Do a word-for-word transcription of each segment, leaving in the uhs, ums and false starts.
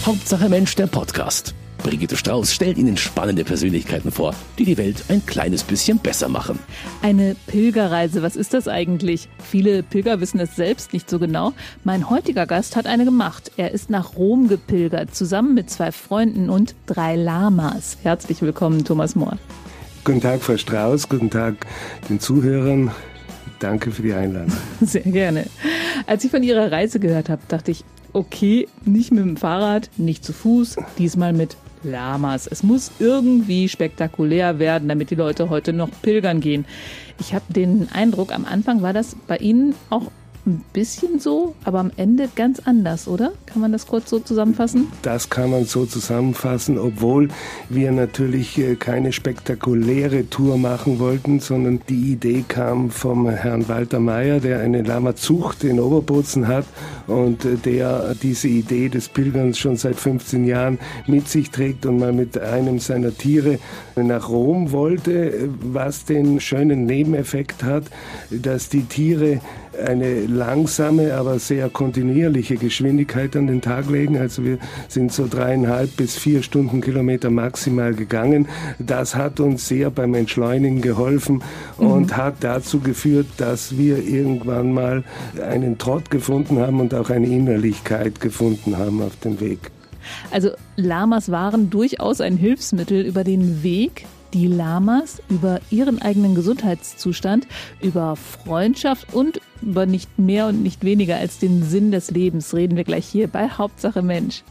Hauptsache Mensch, der Podcast. Brigitte Strauß stellt Ihnen spannende Persönlichkeiten vor, die die Welt ein kleines bisschen besser machen. Eine Pilgerreise, was ist das eigentlich? Viele Pilger wissen es selbst nicht so genau. Mein heutiger Gast hat eine gemacht. Er ist nach Rom gepilgert, zusammen mit zwei Freunden und drei Lamas. Herzlich willkommen, Thomas Mohr. Guten Tag, Frau Strauß. Guten Tag den Zuhörern. Danke für die Einladung. Sehr gerne. Als ich von Ihrer Reise gehört habe, dachte ich, okay, nicht mit dem Fahrrad, nicht zu Fuß, diesmal mit Lamas. Es muss irgendwie spektakulär werden, damit die Leute heute noch pilgern gehen. Ich habe den Eindruck, am Anfang war das bei Ihnen auch ein bisschen so, aber am Ende ganz anders, oder? Kann man das kurz so zusammenfassen? Das kann man so zusammenfassen, obwohl wir natürlich keine spektakuläre Tour machen wollten, sondern die Idee kam vom Herrn Walter Meyer, der eine Lama-Zucht in Oberbozen hat und der diese Idee des Pilgerns schon seit fünfzehn Jahren mit sich trägt und mal mit einem seiner Tiere nach Rom wollte, was den schönen Nebeneffekt hat, dass die Tiere eine langsame, aber sehr kontinuierliche Geschwindigkeit an den Tag legen. Also wir sind so dreieinhalb bis vier Stundenkilometer maximal gegangen. Das hat uns sehr beim Entschleunigen geholfen und mhm. hat dazu geführt, dass wir irgendwann mal einen Trott gefunden haben und auch eine Innerlichkeit gefunden haben auf dem Weg. Also Lamas waren durchaus ein Hilfsmittel über den Weg. Die Lamas über ihren eigenen Gesundheitszustand, über Freundschaft und über nicht mehr und nicht weniger als den Sinn des Lebens reden wir gleich hier bei Hauptsache Mensch.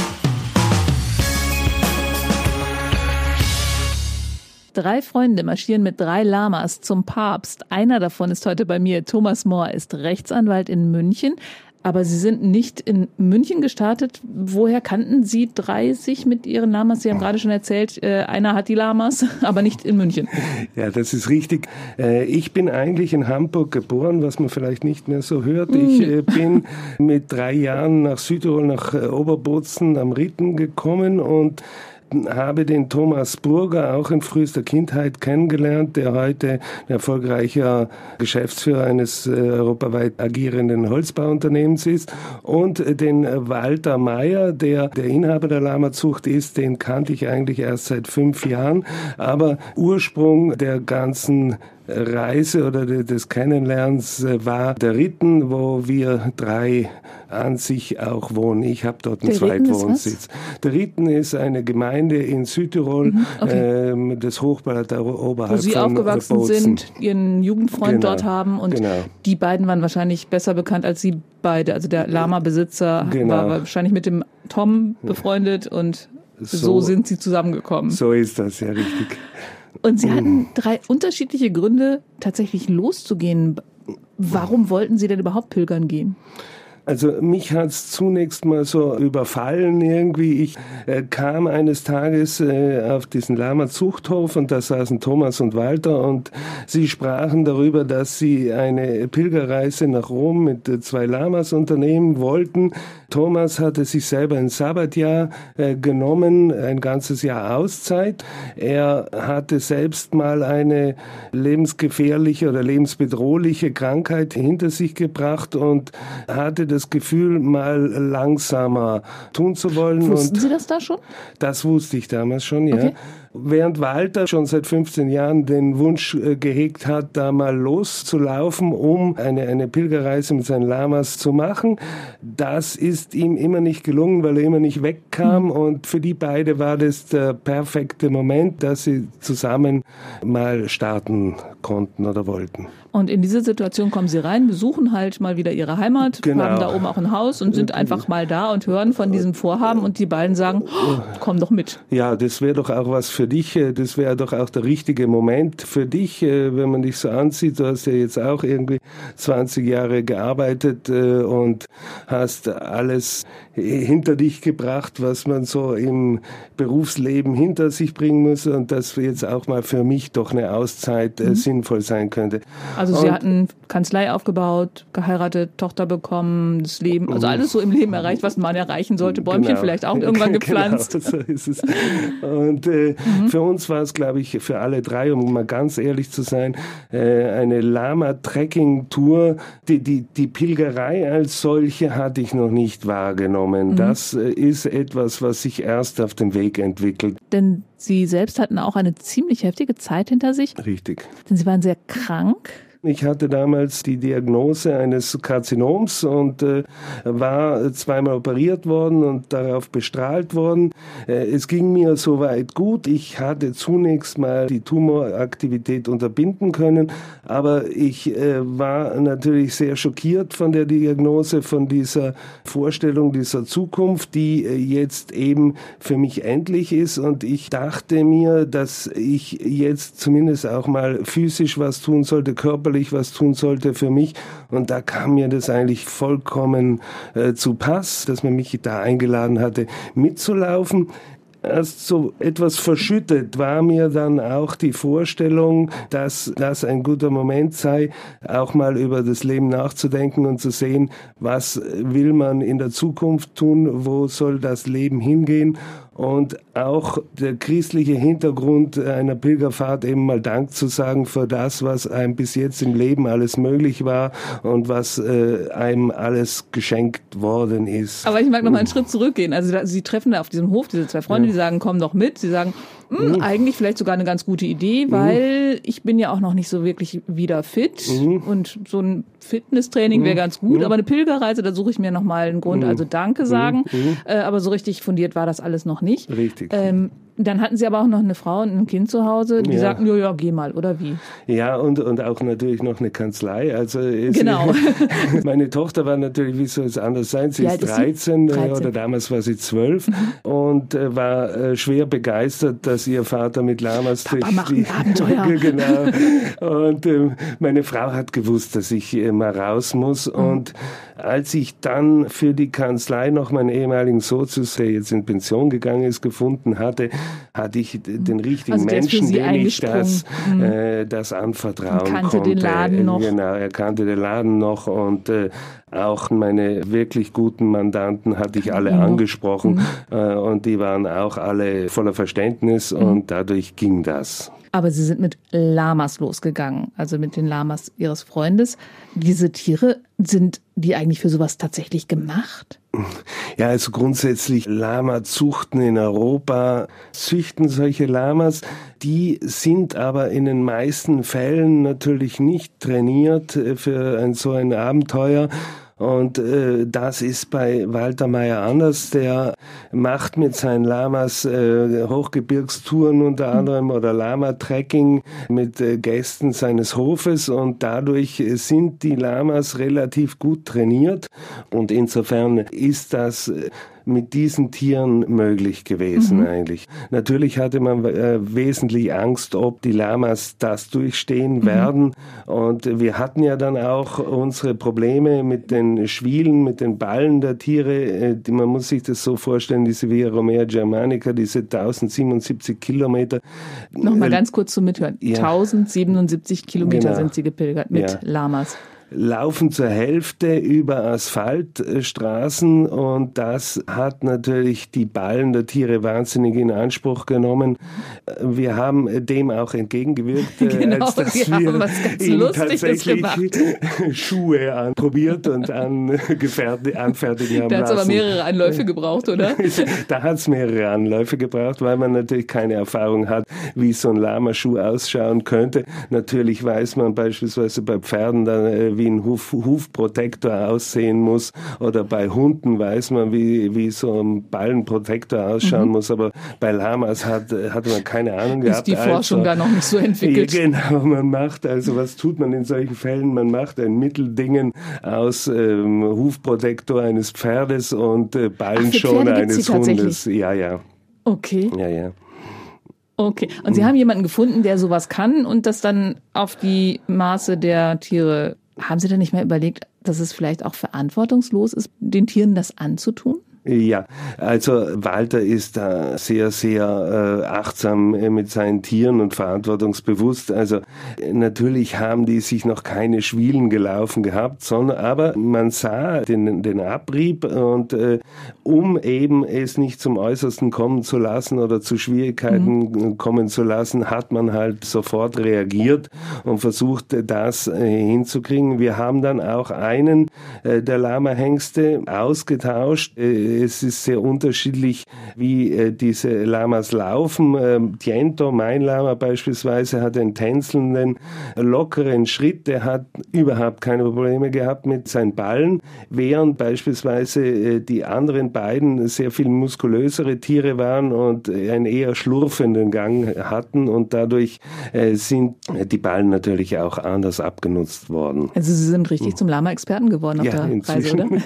Drei Freunde marschieren mit drei Lamas zum Papst. Einer davon ist heute bei mir. Thomas Mohr ist Rechtsanwalt in München. Aber Sie sind nicht in München gestartet. Woher kannten Sie drei sich mit Ihren Lamas? Sie haben gerade schon erzählt, äh, einer hat die Lamas, aber nicht in München. Ja, das ist richtig. Äh, ich bin eigentlich in Hamburg geboren, was man vielleicht nicht mehr so hört. Mm. Ich äh, bin mit drei Jahren nach Südtirol, nach äh, Oberbozen am Ritten gekommen und habe den Thomas Burger auch in frühester Kindheit kennengelernt, der heute ein erfolgreicher Geschäftsführer eines äh, europaweit agierenden Holzbauunternehmens ist. Und äh, den Walter Meyer, der der Inhaber der Lama-Zucht ist, den kannte ich eigentlich erst seit fünf Jahren. Aber Ursprung der ganzen Reise oder des Kennenlernens war der Ritten, wo wir drei an sich auch wohnen. Ich habe dort einen Zweitwohnsitz. Der Ritten ist eine Gemeinde in Südtirol, mhm, okay. ähm, das Hochbad oberhalb wo Sie von aufgewachsen Bozen. sind, Ihren Jugendfreund genau, dort haben und genau. Die beiden waren wahrscheinlich besser bekannt als Sie beide. Also der Lama-Besitzer genau. war wahrscheinlich mit dem Tom befreundet und so, so sind Sie zusammengekommen. So ist das, ja, richtig. Und Sie hatten drei unterschiedliche Gründe, tatsächlich loszugehen. Warum wollten Sie denn überhaupt pilgern gehen? Also mich hat's zunächst mal so überfallen irgendwie. Ich äh, kam eines Tages äh, auf diesen Lama-Zuchthof und da saßen Thomas und Walter und sie sprachen darüber, dass sie eine Pilgerreise nach Rom mit äh, zwei Lamas unternehmen wollten. Thomas hatte sich selber ein Sabbatjahr äh, genommen, ein ganzes Jahr Auszeit. Er hatte selbst mal eine lebensgefährliche oder lebensbedrohliche Krankheit hinter sich gebracht und hatte das das Gefühl, mal langsamer tun zu wollen. Wussten und Sie das da schon? Das wusste ich damals schon, ja. Okay. Während Walter schon seit fünfzehn Jahren den Wunsch äh, gehegt hat, da mal loszulaufen, um eine, eine Pilgerreise mit seinen Lamas zu machen. Das ist ihm immer nicht gelungen, weil er immer nicht wegkam. Mhm. Und für die beide war das der perfekte Moment, dass sie zusammen mal starten konnten oder wollten. Und in diese Situation kommen Sie rein, besuchen halt mal wieder Ihre Heimat, genau. haben da oben auch ein Haus und sind einfach mal da und hören von diesem Vorhaben und die beiden sagen, oh, komm doch mit. Ja, das wäre doch auch was für dich, das wäre doch auch der richtige Moment für dich, wenn man dich so ansieht. Du hast ja jetzt auch irgendwie zwanzig Jahre gearbeitet und hast alles hinter dich gebracht, was man so im Berufsleben hinter sich bringen muss und dass jetzt auch mal für mich doch eine Auszeit mhm. sinnvoll sein könnte. Also Also Sie Und hatten Kanzlei aufgebaut, geheiratet, Tochter bekommen, das Leben, also alles so im Leben erreicht, was man erreichen sollte. Bäumchen genau. vielleicht auch irgendwann gepflanzt. Genau, so ist es. Und äh, mhm. für uns war es, glaube ich, für alle drei, um mal ganz ehrlich zu sein, äh, eine Lama-Trekking-Tour. Die, die, die Pilgerei als solche hatte ich noch nicht wahrgenommen. Mhm. Das äh, ist etwas, was sich erst auf dem Weg entwickelt. Denn Sie selbst hatten auch eine ziemlich heftige Zeit hinter sich. Richtig. Denn Sie waren sehr krank. Ich hatte damals die Diagnose eines Karzinoms und äh, war zweimal operiert worden und darauf bestrahlt worden. Äh, es ging mir soweit gut. Ich hatte zunächst mal die Tumoraktivität unterbinden können, aber ich äh, war natürlich sehr schockiert von der Diagnose, von dieser Vorstellung dieser Zukunft, die äh, jetzt eben für mich endlich ist. Und ich dachte mir, dass ich jetzt zumindest auch mal physisch was tun sollte, körperlich was tun sollte für mich. Und da kam mir das eigentlich vollkommen äh, zu Pass, dass man mich da eingeladen hatte, mitzulaufen. Erst so etwas verschüttet war mir dann auch die Vorstellung, dass das ein guter Moment sei, auch mal über das Leben nachzudenken und zu sehen, was will man in der Zukunft tun, wo soll das Leben hingehen. Und auch der christliche Hintergrund einer Pilgerfahrt, eben mal Dank zu sagen für das, was einem bis jetzt im Leben alles möglich war und was äh, einem alles geschenkt worden ist. Aber ich mag noch mal einen Schritt zurückgehen. Also da, Sie treffen da auf diesem Hof diese zwei Freunde, ja. Die sagen, komm doch mit. Sie sagen, mhm. eigentlich vielleicht sogar eine ganz gute Idee, weil mhm. ich bin ja auch noch nicht so wirklich wieder fit mhm. und so ein Fitnesstraining wäre ganz gut, mhm. aber eine Pilgerreise, da suche ich mir noch mal einen Grund, also Danke sagen, mhm. äh, aber so richtig fundiert war das alles noch nicht. Richtig. Ähm, dann hatten Sie aber auch noch eine Frau und ein Kind zu Hause, die ja. sagten, ja, ja, geh mal, oder wie? Ja, und, und auch natürlich noch eine Kanzlei. Also genau. Meine Tochter war natürlich, wie soll es anders sein, sie ja, ist dreizehn, dreizehn oder damals war sie zwölf mhm. und äh, war äh, schwer begeistert, dass ihr Vater mit Lamas Papa macht ein Abenteuer. Genau. Und äh, meine Frau hat gewusst, dass ich äh, mal raus muss. Mhm. Und als ich dann für die Kanzlei noch meinen ehemaligen Sozius, der jetzt in Pension gegangen ist, gefunden hatte, hatte ich den richtigen also Menschen, dem ich das, mhm. äh, das anvertrauen und kannte konnte. Den Laden noch. Genau, er kannte den Laden noch und äh, auch meine wirklich guten Mandanten hatte ich alle mhm. angesprochen mhm. Äh, und die waren auch alle voller Verständnis mhm. und dadurch ging das. Aber Sie sind mit Lamas losgegangen, also mit den Lamas Ihres Freundes. Diese Tiere, sind die eigentlich für sowas tatsächlich gemacht? Ja, also grundsätzlich Lama-Zuchten in Europa züchten solche Lamas. Die sind aber in den meisten Fällen natürlich nicht trainiert für ein so ein Abenteuer. Und äh, das ist bei Walter Maier anders. Der macht mit seinen Lamas äh, Hochgebirgstouren unter anderem oder Lama-Trekking mit äh, Gästen seines Hofes und dadurch sind die Lamas relativ gut trainiert und insofern ist das äh, mit diesen Tieren möglich gewesen mhm. eigentlich. Natürlich hatte man äh, wesentlich Angst, ob die Lamas das durchstehen mhm. werden. Und wir hatten ja dann auch unsere Probleme mit den Schwielen, mit den Ballen der Tiere. Äh, die, man muss sich das so vorstellen, diese Via Romea Germanica, diese tausendsiebenundsiebzig Kilometer. Nochmal ganz kurz zum Mithören. Ja. tausendsiebenundsiebzig Kilometer genau. sind Sie gepilgert mit ja. Lamas. Laufen zur Hälfte über Asphaltstraßen und das hat natürlich die Ballen der Tiere wahnsinnig in Anspruch genommen. Wir haben dem auch entgegengewirkt, genau, als dass wir, wir haben was ganz ihm Lustiges tatsächlich gemacht. Schuhe anprobiert und angefertigt, anfertigen haben Da hat es aber lassen. mehrere Anläufe gebraucht, oder? Da hat es mehrere Anläufe gebraucht, weil man natürlich keine Erfahrung hat, wie so ein Lamaschuh ausschauen könnte. Natürlich weiß man beispielsweise bei Pferden dann, wie ein Huf, Hufprotektor aussehen muss oder bei Hunden weiß man, wie, wie so ein Ballenprotektor ausschauen mhm. muss, aber bei Lamas hat, hat man keine Ahnung gehabt. Ist die Forschung also, da noch nicht so entwickelt? Genau, man macht, also was tut man in solchen Fällen? Man macht ein Mitteldingen aus ähm, Hufprotektor eines Pferdes und äh, Ballenschoner eines Hundes. Ja, ja. Okay. Ja, ja. Okay, und Sie mhm. haben jemanden gefunden, der sowas kann und das dann auf die Maße der Tiere. Haben Sie denn nicht mal überlegt, dass es vielleicht auch verantwortungslos ist, den Tieren das anzutun? Ja, also Walter ist da sehr, sehr äh, achtsam mit seinen Tieren und verantwortungsbewusst. Also natürlich haben die sich noch keine Schwielen gelaufen gehabt, sondern aber man sah den, den Abrieb und äh, um eben es nicht zum Äußersten kommen zu lassen oder zu Schwierigkeiten mhm. kommen zu lassen, hat man halt sofort reagiert und versucht, das äh, hinzukriegen. Wir haben dann auch einen äh, der Lama-Hengste ausgetauscht. Äh, es ist sehr unterschiedlich, wie äh, diese Lamas laufen. Ähm, Tiento, mein Lama beispielsweise, hat einen tänzelnden, lockeren Schritt. Der hat überhaupt keine Probleme gehabt mit seinen Ballen, während beispielsweise äh, die anderen beiden sehr viel muskulösere Tiere waren und äh, einen eher schlurfenden Gang hatten und dadurch äh, sind die Ballen natürlich auch anders abgenutzt worden. Also Sie sind richtig hm. zum Lama-Experten geworden auf ja, der inzwischen. Reise, oder?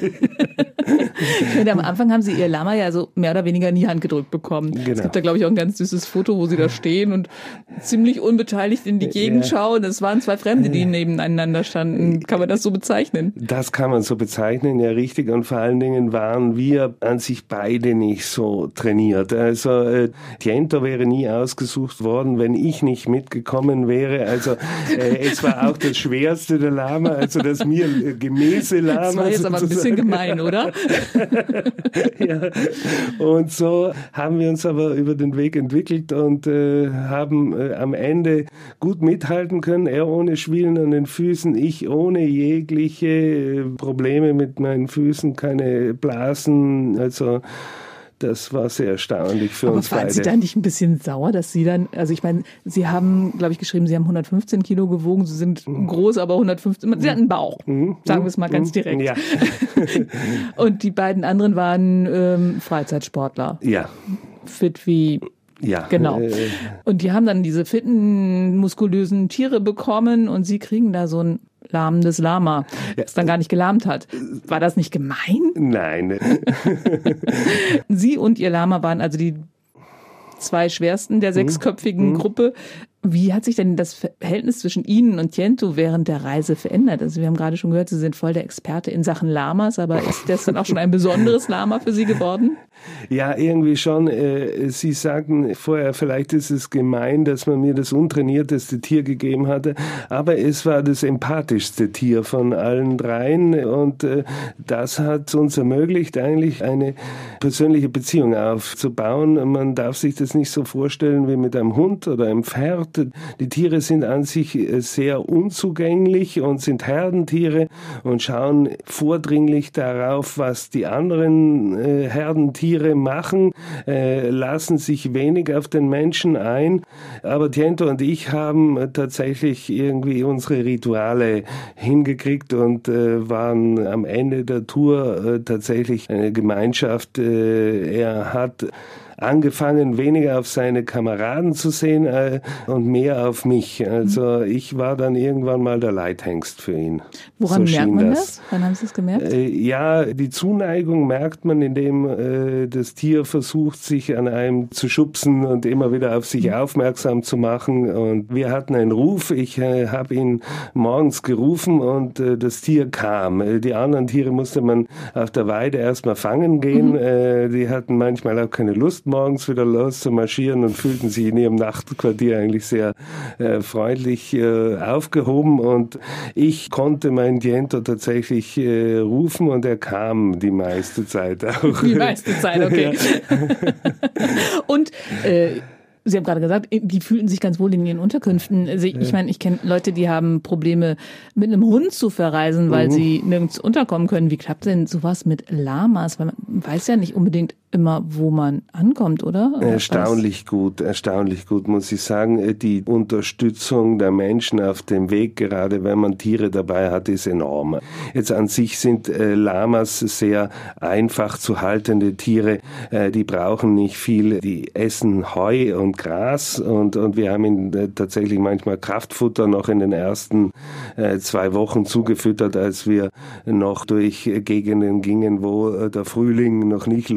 Ich meine, am Anfang haben Sie Ihr Lama ja so mehr oder weniger in die Hand gedrückt bekommen. Genau. Es gibt da, glaube ich, auch ein ganz süßes Foto, wo Sie da stehen und ziemlich unbeteiligt in die Gegend ja. schauen. Es waren zwei Fremde, die nebeneinander standen. Kann man das so bezeichnen? Das kann man so bezeichnen, ja richtig. Und vor allen Dingen waren wir an sich beide nicht so trainiert. Also äh, Tiento wäre nie ausgesucht worden, wenn ich nicht mitgekommen wäre. Also äh, es war auch das Schwerste der Lama, also das mir äh, gemäße Lama. Das war jetzt sozusagen. Aber ein bisschen gemein, oder? Ja. Und so haben wir uns aber über den Weg entwickelt und äh, haben äh, am Ende gut mithalten können. Er ohne Schwielen an den Füßen, ich ohne jegliche äh, Probleme mit meinen Füßen, keine Blasen, also das war sehr erstaunlich für aber uns beide. Aber waren Sie da nicht ein bisschen sauer, dass Sie dann, also ich meine, Sie haben, glaube ich, geschrieben, Sie haben hundertfünfzehn Kilo gewogen, Sie sind mhm. groß, aber hundertfünfzehn, Sie hatten einen Bauch, mhm. sagen wir es mal mhm. ganz direkt. Ja. Und die beiden anderen waren ähm, Freizeitsportler. Ja. Fit wie... Ja. Genau. Äh, und die haben dann diese fitten, muskulösen Tiere bekommen und Sie kriegen da so ein lahmendes Lama, das dann gar nicht gelahmt hat. War das nicht gemein? Nein. Sie und Ihr Lama waren also die zwei schwersten der sechsköpfigen mhm. Gruppe. Wie hat sich denn das Verhältnis zwischen Ihnen und Tiento während der Reise verändert? Also wir haben gerade schon gehört, Sie sind voll der Experte in Sachen Lamas, aber ist das dann auch schon ein besonderes Lama für Sie geworden? Ja, irgendwie schon. Sie sagten vorher, vielleicht ist es gemein, dass man mir das untrainierteste Tier gegeben hatte, aber es war das empathischste Tier von allen dreien und das hat uns ermöglicht, eigentlich eine persönliche Beziehung aufzubauen. Man darf sich das nicht so vorstellen wie mit einem Hund oder einem Pferd. Die Tiere sind an sich sehr unzugänglich und sind Herdentiere und schauen vordringlich darauf, was die anderen äh, Herdentiere machen, äh, lassen sich wenig auf den Menschen ein. Aber Tiento und ich haben äh, tatsächlich irgendwie unsere Rituale hingekriegt und äh, waren am Ende der Tour äh, tatsächlich eine Gemeinschaft. Äh, er hat angefangen, weniger auf seine Kameraden zu sehen äh, und mehr auf mich. Also ich war dann irgendwann mal der Leithengst für ihn. Woran so merkt man das? das? Wann haben Sie es gemerkt? Äh, ja, die Zuneigung merkt man, indem äh, das Tier versucht, sich an einem zu schubsen und immer wieder auf sich mhm. aufmerksam zu machen. Und wir hatten einen Ruf. Ich äh, habe ihn morgens gerufen und äh, das Tier kam. Die anderen Tiere musste man auf der Weide erstmal fangen gehen. Mhm. Äh, die hatten manchmal auch keine Lust, morgens wieder los zu marschieren und fühlten sich in ihrem Nachtquartier eigentlich sehr äh, freundlich äh, aufgehoben und ich konnte meinen Tiento tatsächlich äh, rufen und er kam die meiste Zeit auch. Die meiste Zeit, okay. Ja. Und äh, Sie haben gerade gesagt, die fühlten sich ganz wohl in ihren Unterkünften. Also ich, ich meine, ich kenne Leute, die haben Probleme, mit einem Hund zu verreisen, weil mhm. sie nirgends unterkommen können. Wie klappt denn sowas mit Lamas? Weil man weiß ja nicht unbedingt immer, wo man ankommt, oder? oder erstaunlich was? gut, erstaunlich gut, muss ich sagen. Die Unterstützung der Menschen auf dem Weg, gerade wenn man Tiere dabei hat, ist enorm. Jetzt an sich sind äh, Lamas sehr einfach zu haltende Tiere. Äh, die brauchen nicht viel. Die essen Heu und Gras und, und wir haben ihnen äh, tatsächlich manchmal Kraftfutter noch in den ersten äh, zwei Wochen zugefüttert, als wir noch durch äh, Gegenden gingen, wo äh, der Frühling noch nicht losging.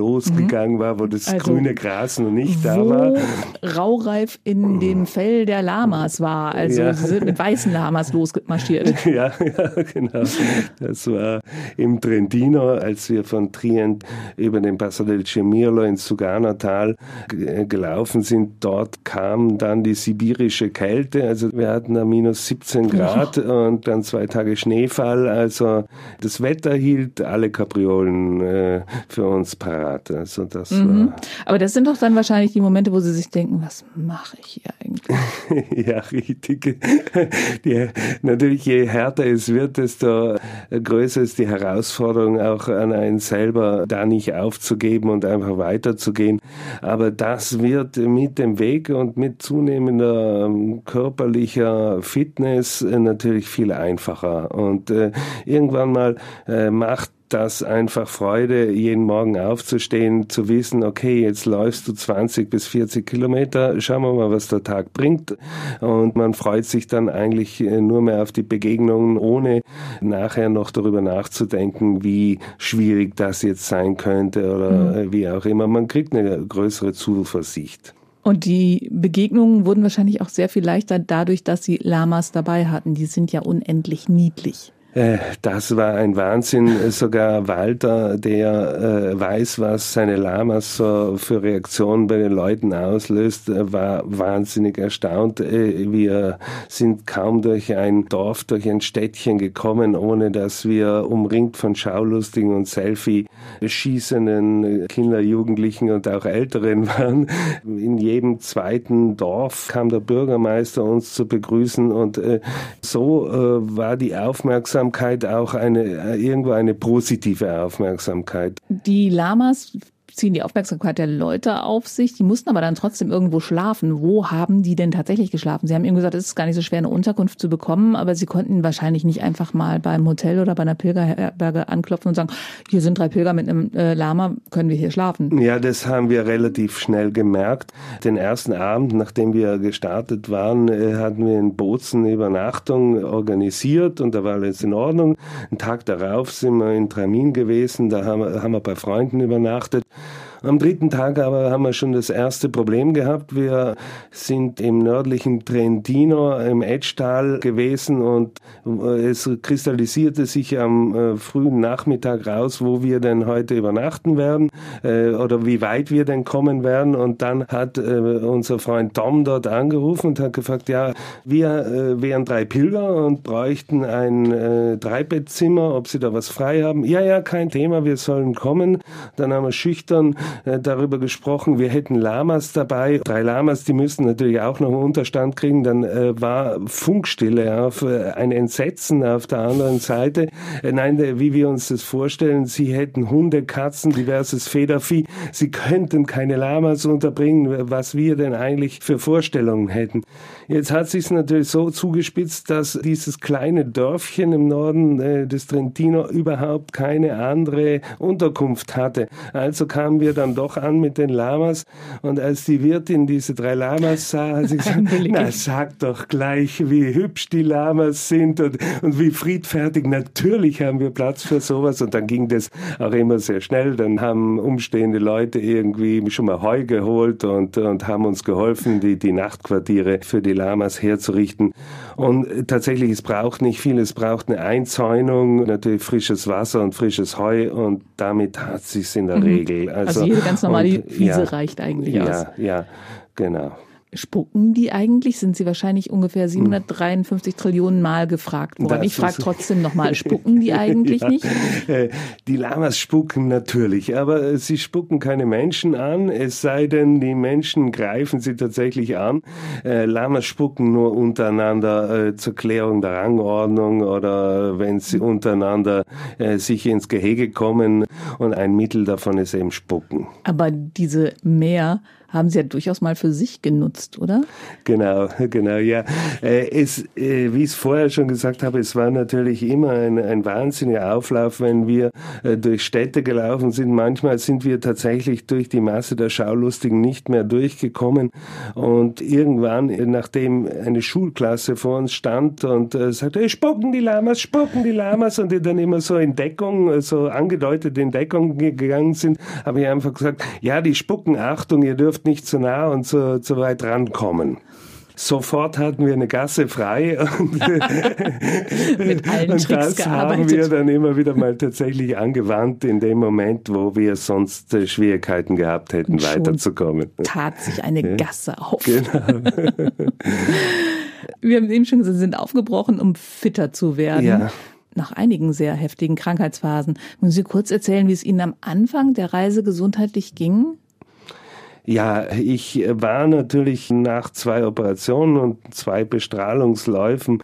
losgegangen war, wo das also, grüne Gras noch nicht da wo war. Raureif in dem Fell der Lamas war. Also Ja. sie sind mit weißen Lamas losmarschiert. Ja, ja, genau. Das war im Trentino, als wir von Trient über den Passo del Cemirlo ins Suganatal g- gelaufen sind. Dort kam dann die sibirische Kälte. Also wir hatten da minus siebzehn Grad oh. und dann zwei Tage Schneefall. Also das Wetter hielt alle Kapriolen äh, für uns parat. Also das mhm. war Aber das sind doch dann wahrscheinlich die Momente, wo Sie sich denken, was mache ich hier eigentlich? Ja, richtig. Die, natürlich, je härter es wird, desto größer ist die Herausforderung auch an einen selber, da nicht aufzugeben und einfach weiterzugehen. Aber das wird mit dem Weg und mit zunehmender körperlicher Fitness natürlich viel einfacher. Und äh, irgendwann mal äh, macht das einfach Freude, jeden Morgen aufzustehen, zu wissen, okay, jetzt läufst du zwanzig bis vierzig Kilometer, schauen wir mal, was der Tag bringt. Und man freut sich dann eigentlich nur mehr auf die Begegnungen, ohne nachher noch darüber nachzudenken, wie schwierig das jetzt sein könnte oder mhm. wie auch immer. Man kriegt eine größere Zuversicht. Und die Begegnungen wurden wahrscheinlich auch sehr viel leichter dadurch, dass Sie Lamas dabei hatten. Die sind ja unendlich niedlich. Das war ein Wahnsinn. Sogar Walter, der äh, weiß, was seine Lamas so für Reaktionen bei den Leuten auslöst, war wahnsinnig erstaunt. Wir sind kaum durch ein Dorf, durch ein Städtchen gekommen, ohne dass wir umringt von Schaulustigen und Selfie-schießenden Kinder, Jugendlichen und auch Älteren waren. In jedem zweiten Dorf kam der Bürgermeister uns zu begrüßen und äh, so äh, war die Aufmerksamkeit auch eine, irgendwo eine positive Aufmerksamkeit. Die Lamas ziehen die Aufmerksamkeit der Leute auf sich. Die mussten aber dann trotzdem irgendwo schlafen. Wo haben die denn tatsächlich geschlafen? Sie haben eben gesagt, es ist gar nicht so schwer, eine Unterkunft zu bekommen, aber sie konnten wahrscheinlich nicht einfach mal beim Hotel oder bei einer Pilgerherberge anklopfen und sagen, hier sind drei Pilger mit einem äh, Lama, können wir hier schlafen? Ja, das haben wir relativ schnell gemerkt. Den ersten Abend, nachdem wir gestartet waren, äh, hatten wir in Bozen eine Übernachtung organisiert und da war alles in Ordnung. Einen Tag darauf sind wir in Tramin gewesen, da haben wir, haben wir bei Freunden übernachtet. Am dritten Tag aber haben wir schon das erste Problem gehabt. Wir sind im nördlichen Trentino im Etschtal gewesen und es kristallisierte sich am äh, frühen Nachmittag raus, wo wir denn heute übernachten werden äh, oder wie weit wir denn kommen werden. Und dann hat äh, unser Freund Tom dort angerufen und hat gefragt, ja, wir äh, wären drei Pilger und bräuchten ein äh, Dreibettzimmer, ob sie da was frei haben. Ja, ja, kein Thema, wir sollen kommen. Dann haben wir schüchtern darüber gesprochen, wir hätten Lamas dabei. Drei Lamas, die müssten natürlich auch noch einen Unterstand kriegen. Dann äh, war Funkstille auf äh, ein Entsetzen auf der anderen Seite. Äh, nein, äh, wie wir uns das vorstellen, sie hätten Hunde, Katzen, diverses Federvieh. Sie könnten keine Lamas unterbringen, was wir denn eigentlich für Vorstellungen hätten. Jetzt hat sich es natürlich so zugespitzt, dass dieses kleine Dörfchen im Norden äh, des Trentino überhaupt keine andere Unterkunft hatte. Also kamen wir dann doch an mit den Lamas und als die Wirtin diese drei Lamas sah, hat sie gesagt, na sag doch gleich, wie hübsch die Lamas sind und, und wie friedfertig. Natürlich haben wir Platz für sowas und dann ging das auch immer sehr schnell. Dann haben umstehende Leute irgendwie schon mal Heu geholt und, und haben uns geholfen, die, die Nachtquartiere für die Lamas herzurichten. Und tatsächlich, es braucht nicht viel, es braucht eine Einzäunung, natürlich frisches Wasser und frisches Heu und damit hat es sich in der mhm. Regel. Also, also jede ganz normale und, Wiese ja, reicht eigentlich ja, aus. Ja, ja, genau. Spucken die eigentlich? Sind sie wahrscheinlich ungefähr siebenhundertdreiundfünfzig Trillionen Mal gefragt worden. Das ich frage trotzdem nochmal, spucken die eigentlich ja, nicht? Die Lamas spucken natürlich, aber sie spucken keine Menschen an, es sei denn, die Menschen greifen sie tatsächlich an. Lamas spucken nur untereinander zur Klärung der Rangordnung oder wenn sie untereinander sich ins Gehege kommen und ein Mittel davon ist eben Spucken. Aber diese Mehr haben Sie ja durchaus mal für sich genutzt, oder? Genau, genau, ja. Es, wie ich es vorher schon gesagt habe, es war natürlich immer ein, ein wahnsinniger Auflauf, wenn wir durch Städte gelaufen sind. Manchmal sind wir tatsächlich durch die Masse der Schaulustigen nicht mehr durchgekommen. Und irgendwann, nachdem eine Schulklasse vor uns stand und äh, sagte, hey, spucken die Lamas, spucken die Lamas, und die dann immer so in Deckung, so angedeutet in Deckung gegangen sind, habe ich einfach gesagt, ja, die spucken, Achtung, ihr dürft nicht zu nah und zu, zu weit rankommen. Sofort hatten wir eine Gasse frei und, mit allen und Tricks das gearbeitet. haben wir dann immer wieder mal tatsächlich angewandt in dem Moment, wo wir sonst äh, Schwierigkeiten gehabt hätten, weiterzukommen. Tat sich eine ja. Gasse auf. Genau. Wir haben eben schon gesagt, Sie sind aufgebrochen, um fitter zu werden. Ja. Nach einigen sehr heftigen Krankheitsphasen. Wollen Sie kurz erzählen, wie es Ihnen am Anfang der Reise gesundheitlich ging? Ja, ich war natürlich nach zwei Operationen und zwei Bestrahlungsläufen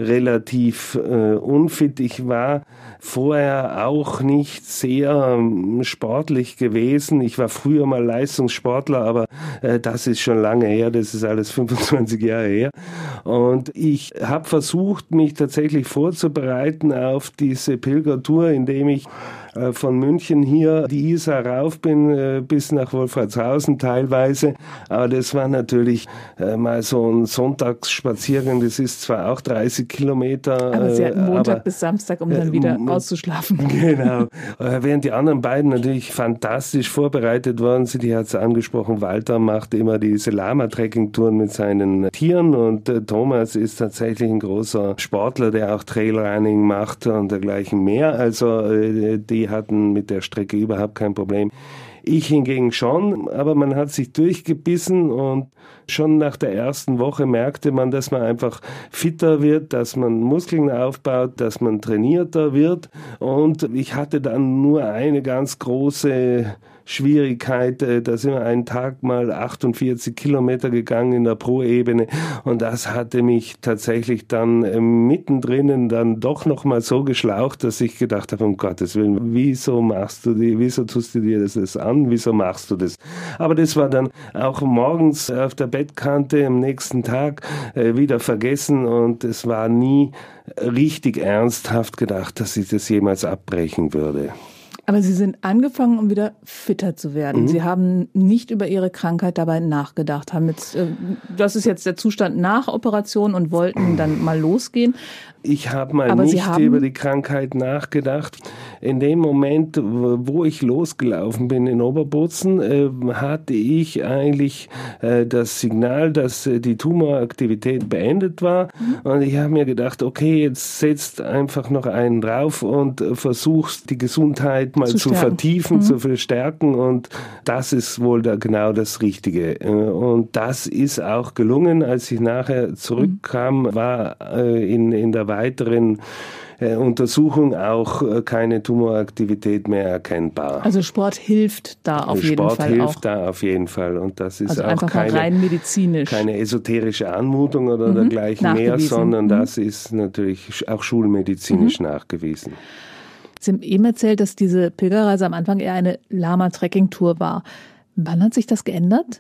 relativ äh, unfit. Ich war vorher auch nicht sehr ähm, sportlich gewesen. Ich war früher mal Leistungssportler, aber äh, das ist schon lange her. Das ist alles fünfundzwanzig Jahre her. Und ich habe versucht, mich tatsächlich vorzubereiten auf diese Pilgertour, indem ich von München hier die Isar rauf bin, bis nach Wolfratshausen teilweise. Aber das war natürlich mal so ein Sonntagsspaziergang. Das ist zwar auch dreißig Kilometer. Aber Sie hatten Montag aber, bis Samstag, um dann wieder äh, auszuschlafen. Genau. Während die anderen beiden natürlich fantastisch vorbereitet worden sind. Ich hatte es angesprochen, Walter macht immer diese Lama-Trekking-Touren mit seinen Tieren, und äh, Thomas ist tatsächlich ein großer Sportler, der auch Trailrunning macht und dergleichen mehr. Also äh, die Die hatten mit der Strecke überhaupt kein Problem. Ich hingegen schon, aber man hat sich durchgebissen, und schon nach der ersten Woche merkte man, dass man einfach fitter wird, dass man Muskeln aufbaut, dass man trainierter wird, und ich hatte dann nur eine ganz große Schwierigkeit, da sind wir einen Tag mal achtundvierzig Kilometer gegangen in der Pro-Ebene, und das hatte mich tatsächlich dann mittendrin dann doch noch mal so geschlaucht, dass ich gedacht habe, um Gottes Willen, wieso machst du die, wieso tust du dir das, das an, wieso machst du das? Aber das war dann auch morgens auf der Bettkante am nächsten Tag äh, wieder vergessen, und es war nie richtig ernsthaft gedacht, dass ich das jemals abbrechen würde. Aber Sie sind angefangen, um wieder fitter zu werden. Mhm. Sie haben nicht über Ihre Krankheit dabei nachgedacht. Haben jetzt, das ist jetzt der Zustand nach Operation, und wollten dann mal losgehen. Ich habe mal Aber nicht über die Krankheit nachgedacht. In dem Moment, wo ich losgelaufen bin in Oberbozen, äh, hatte ich eigentlich äh, das Signal, dass äh, die Tumoraktivität beendet war. Mhm. Und ich habe mir gedacht, okay, jetzt setzt einfach noch einen drauf und äh, versuchst die Gesundheit mal zu, zu vertiefen, mhm. zu verstärken. Und das ist wohl da genau das Richtige. Und das ist auch gelungen. Als ich nachher zurückkam, mhm. war äh, in, in der weiteren äh, Untersuchung auch äh, keine Tumoraktivität mehr erkennbar. Also Sport hilft da auf Sport jeden Fall auch. Sport hilft da auf jeden Fall, und das ist also auch einfach keine, mal rein medizinisch. keine esoterische Anmutung oder mhm. dergleichen mehr, sondern mhm. das ist natürlich auch schulmedizinisch mhm. nachgewiesen. Sie haben eben erzählt, dass diese Pilgerreise am Anfang eher eine Lama-Trekking-Tour war. Wann hat sich das geändert?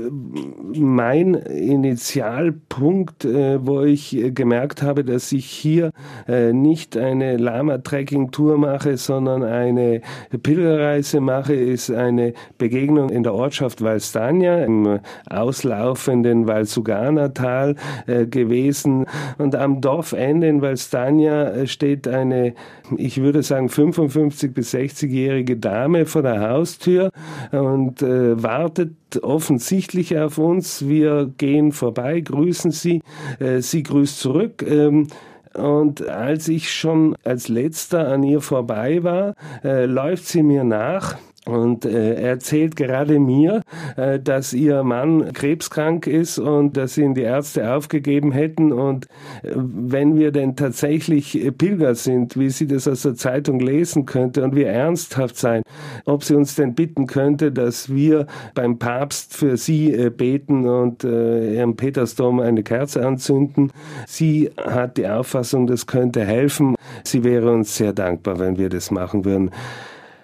Mein Initialpunkt, äh, wo ich äh, gemerkt habe, dass ich hier äh, nicht eine Lama-Trekking-Tour mache, sondern eine Pilgerreise mache, ist eine Begegnung in der Ortschaft Valstania im auslaufenden Valsugana-Tal äh, gewesen. Und am Dorfende in Valstania steht eine, ich würde sagen, fünfundfünfzig- bis sechzigjährige Dame vor der Haustür und äh, wartet offensichtlich auf uns. Wir gehen vorbei, grüßen sie, äh, sie grüßt zurück. Ähm, und als ich schon als Letzter an ihr vorbei war, äh, läuft sie mir nach. Und äh, erzählt gerade mir, äh, dass ihr Mann krebskrank ist und dass ihn die Ärzte aufgegeben hätten. Und äh, wenn wir denn tatsächlich äh, Pilger sind, wie sie das aus der Zeitung lesen könnte, und wir ernsthaft sein, ob sie uns denn bitten könnte, dass wir beim Papst für sie äh, beten und äh, im Petersdom eine Kerze anzünden. Sie hat die Auffassung, das könnte helfen. Sie wäre uns sehr dankbar, wenn wir das machen würden.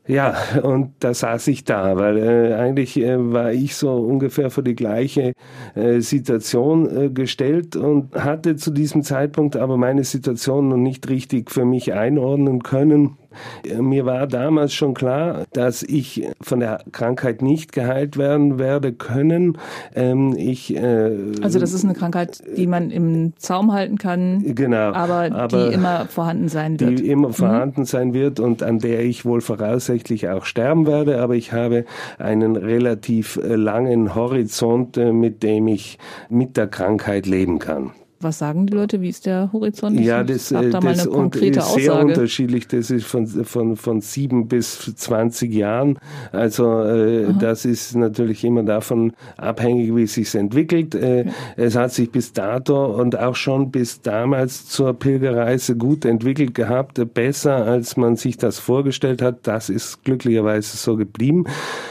Ja, und da saß ich da, weil äh, eigentlich äh, war ich so ungefähr vor die gleiche äh, Situation äh, gestellt und hatte zu diesem Zeitpunkt aber meine Situation noch nicht richtig für mich einordnen können. Mir war damals schon klar, dass ich von der Krankheit nicht geheilt werden werde können. Ähm, ich, äh, also das ist eine Krankheit, die man im Zaum halten kann, genau, aber, aber die immer vorhanden sein wird. Die immer vorhanden mhm. sein wird und an der ich wohl voraussichtlich auch sterben werde. Aber ich habe einen relativ langen Horizont, mit dem ich mit der Krankheit leben kann. Was sagen die Leute? Wie ist der Horizont? Ja, das, Sag da mal das eine konkrete ist sehr Aussage. unterschiedlich. Das ist von, von, von sieben bis zwanzig Jahren. Also äh, das ist natürlich immer davon abhängig, wie es sich entwickelt. Äh, okay. Es hat sich bis dato und auch schon bis damals zur Pilgerreise gut entwickelt gehabt. Besser, als man sich das vorgestellt hat. Das ist glücklicherweise so geblieben.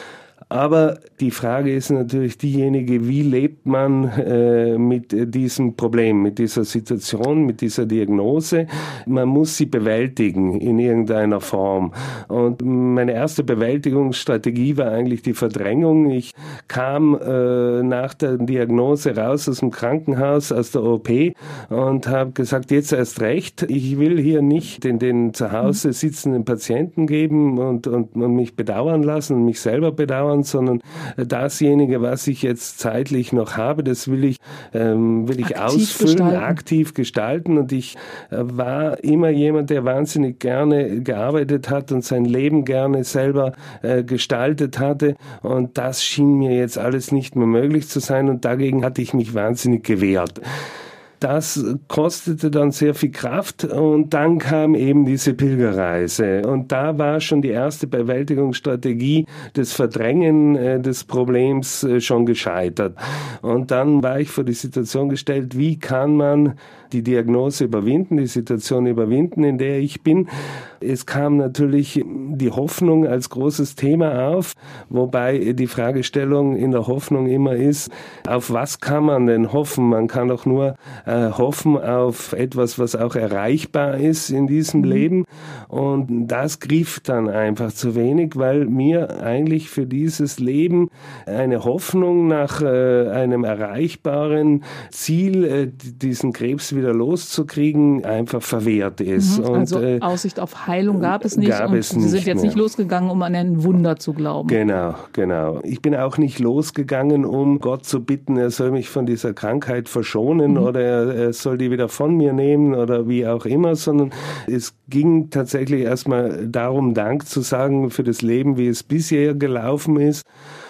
Aber die Frage ist natürlich diejenige, wie lebt man äh, mit diesem Problem, mit dieser Situation, mit dieser Diagnose? Man muss sie bewältigen in irgendeiner Form. Und meine erste Bewältigungsstrategie war eigentlich die Verdrängung. Ich kam äh, nach der Diagnose raus aus dem Krankenhaus, aus der O P und habe gesagt, jetzt erst recht, ich will hier nicht den, den zu Hause sitzenden Patienten geben und, und, und mich bedauern lassen und mich selber bedauern, sondern dasjenige, was ich jetzt zeitlich noch habe, das will ich, ähm, will ich aktiv ausfüllen, gestalten. aktiv gestalten. Und ich äh, war immer jemand, der wahnsinnig gerne gearbeitet hat und sein Leben gerne selber äh, gestaltet hatte. Und das schien mir jetzt alles nicht mehr möglich zu sein. Und dagegen hatte ich mich wahnsinnig gewehrt. Das kostete dann sehr viel Kraft und dann kam eben diese Pilgerreise. Und da war schon die erste Bewältigungsstrategie, das Verdrängen äh, des Problems äh, schon gescheitert. Und dann war ich vor die Situation gestellt, wie kann man die Diagnose überwinden, die Situation überwinden, in der ich bin. Es kam natürlich die Hoffnung als großes Thema auf, wobei die Fragestellung in der Hoffnung immer ist, auf was kann man denn hoffen? Man kann doch nur äh, hoffen auf etwas, was auch erreichbar ist in diesem mhm. Leben. Und das griff dann einfach zu wenig, weil mir eigentlich für dieses Leben eine Hoffnung nach äh, einem erreichbaren Ziel, äh, diesen Krebs wieder loszukriegen, einfach verwehrt ist. Mhm, also und, äh, Aussicht auf Heilung gab es nicht gab und es Sie sind nicht jetzt mehr. nicht losgegangen, um an ein Wunder zu glauben. Genau, genau. Ich bin auch nicht losgegangen, um Gott zu bitten, er soll mich von dieser Krankheit verschonen mhm. oder er, er soll die wieder von mir nehmen oder wie auch immer, sondern es ging tatsächlich erstmal darum, Dank zu sagen für das Leben, wie es bisher gelaufen ist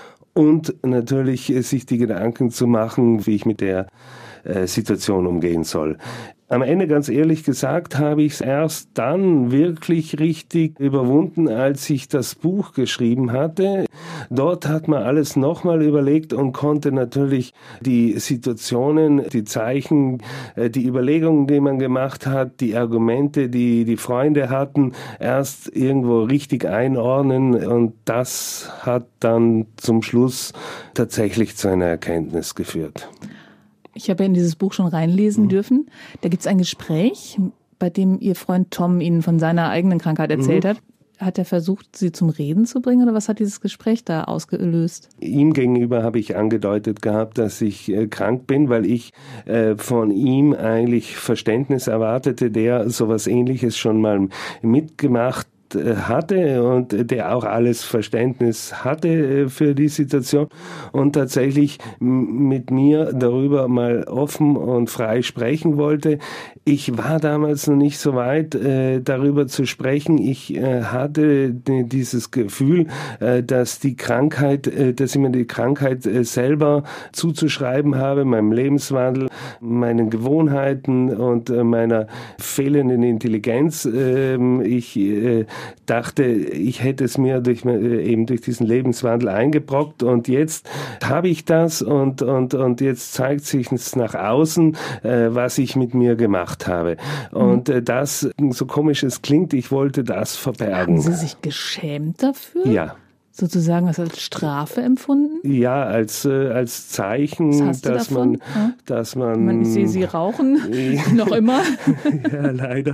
und natürlich sich die Gedanken zu machen, wie ich mit der Situation umgehen soll. Am Ende, ganz ehrlich gesagt, habe ich es erst dann wirklich richtig überwunden, als ich das Buch geschrieben hatte. Dort hat man alles nochmal überlegt und konnte natürlich die Situationen, die Zeichen, die Überlegungen, die man gemacht hat, die Argumente, die die Freunde hatten, erst irgendwo richtig einordnen. Und das hat dann zum Schluss tatsächlich zu einer Erkenntnis geführt. Ich habe ja in dieses Buch schon reinlesen mhm. dürfen. Da gibt es ein Gespräch, bei dem Ihr Freund Tom Ihnen von seiner eigenen Krankheit erzählt mhm. hat. Hat er versucht, Sie zum Reden zu bringen oder was hat dieses Gespräch da ausgelöst? Ihm gegenüber habe ich angedeutet gehabt, dass ich äh, krank bin, weil ich äh, von ihm eigentlich Verständnis erwartete, der sowas Ähnliches schon mal mitgemacht hatte und der auch alles Verständnis hatte für die Situation und tatsächlich mit mir darüber mal offen und frei sprechen wollte. Ich war damals noch nicht so weit, äh, darüber zu sprechen. Ich äh, hatte dieses Gefühl, äh, dass die Krankheit, äh, dass ich mir die Krankheit äh, selber zuzuschreiben habe, meinem Lebenswandel, meinen Gewohnheiten und äh, meiner fehlenden Intelligenz. Äh, ich äh, dachte, ich hätte es mir durch, eben durch diesen Lebenswandel eingebrockt und jetzt habe ich das und, und, und jetzt zeigt sich es nach außen, äh, was ich mit mir gemacht habe. Und äh, das, so komisch es klingt, ich wollte das verbergen. Haben Sie sich geschämt dafür? Ja. sozusagen was als Strafe empfunden? Ja, als, äh, als Zeichen, Was dass man, ja? dass man... man... Ich sehe Sie rauchen, noch immer. Ja, leider.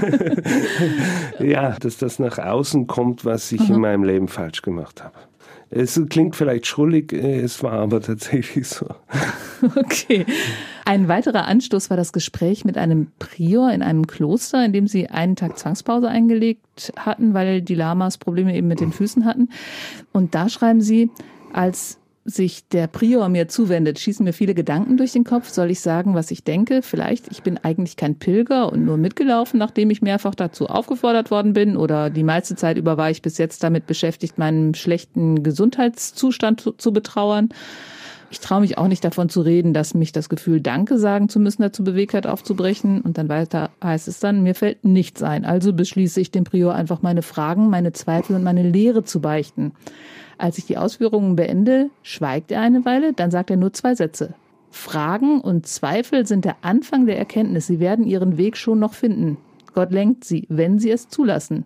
Ja, dass das nach außen kommt, was ich Aha. in meinem Leben falsch gemacht habe. Es klingt vielleicht schrullig, es war aber tatsächlich so. Okay. Ein weiterer Anstoß war das Gespräch mit einem Prior in einem Kloster, in dem Sie einen Tag Zwangspause eingelegt hatten, weil die Lamas Probleme eben mit den Füßen hatten. Und da schreiben Sie, als sich der Prior mir zuwendet, schießen mir viele Gedanken durch den Kopf. Soll ich sagen, was ich denke? Vielleicht, ich bin eigentlich kein Pilger und nur mitgelaufen, nachdem ich mehrfach dazu aufgefordert worden bin. Oder die meiste Zeit über war ich bis jetzt damit beschäftigt, meinen schlechten Gesundheitszustand zu, zu betrauern. Ich traue mich auch nicht davon zu reden, dass mich das Gefühl, Danke sagen zu müssen, dazu bewegt hat, aufzubrechen. Und dann weiter heißt es dann, mir fällt nichts ein. Also beschließe ich dem Prior einfach meine Fragen, meine Zweifel und meine Lehre zu beichten. Als ich die Ausführungen beende, schweigt er eine Weile, dann sagt er nur zwei Sätze. Fragen und Zweifel sind der Anfang der Erkenntnis. Sie werden ihren Weg schon noch finden. Gott lenkt sie, wenn sie es zulassen.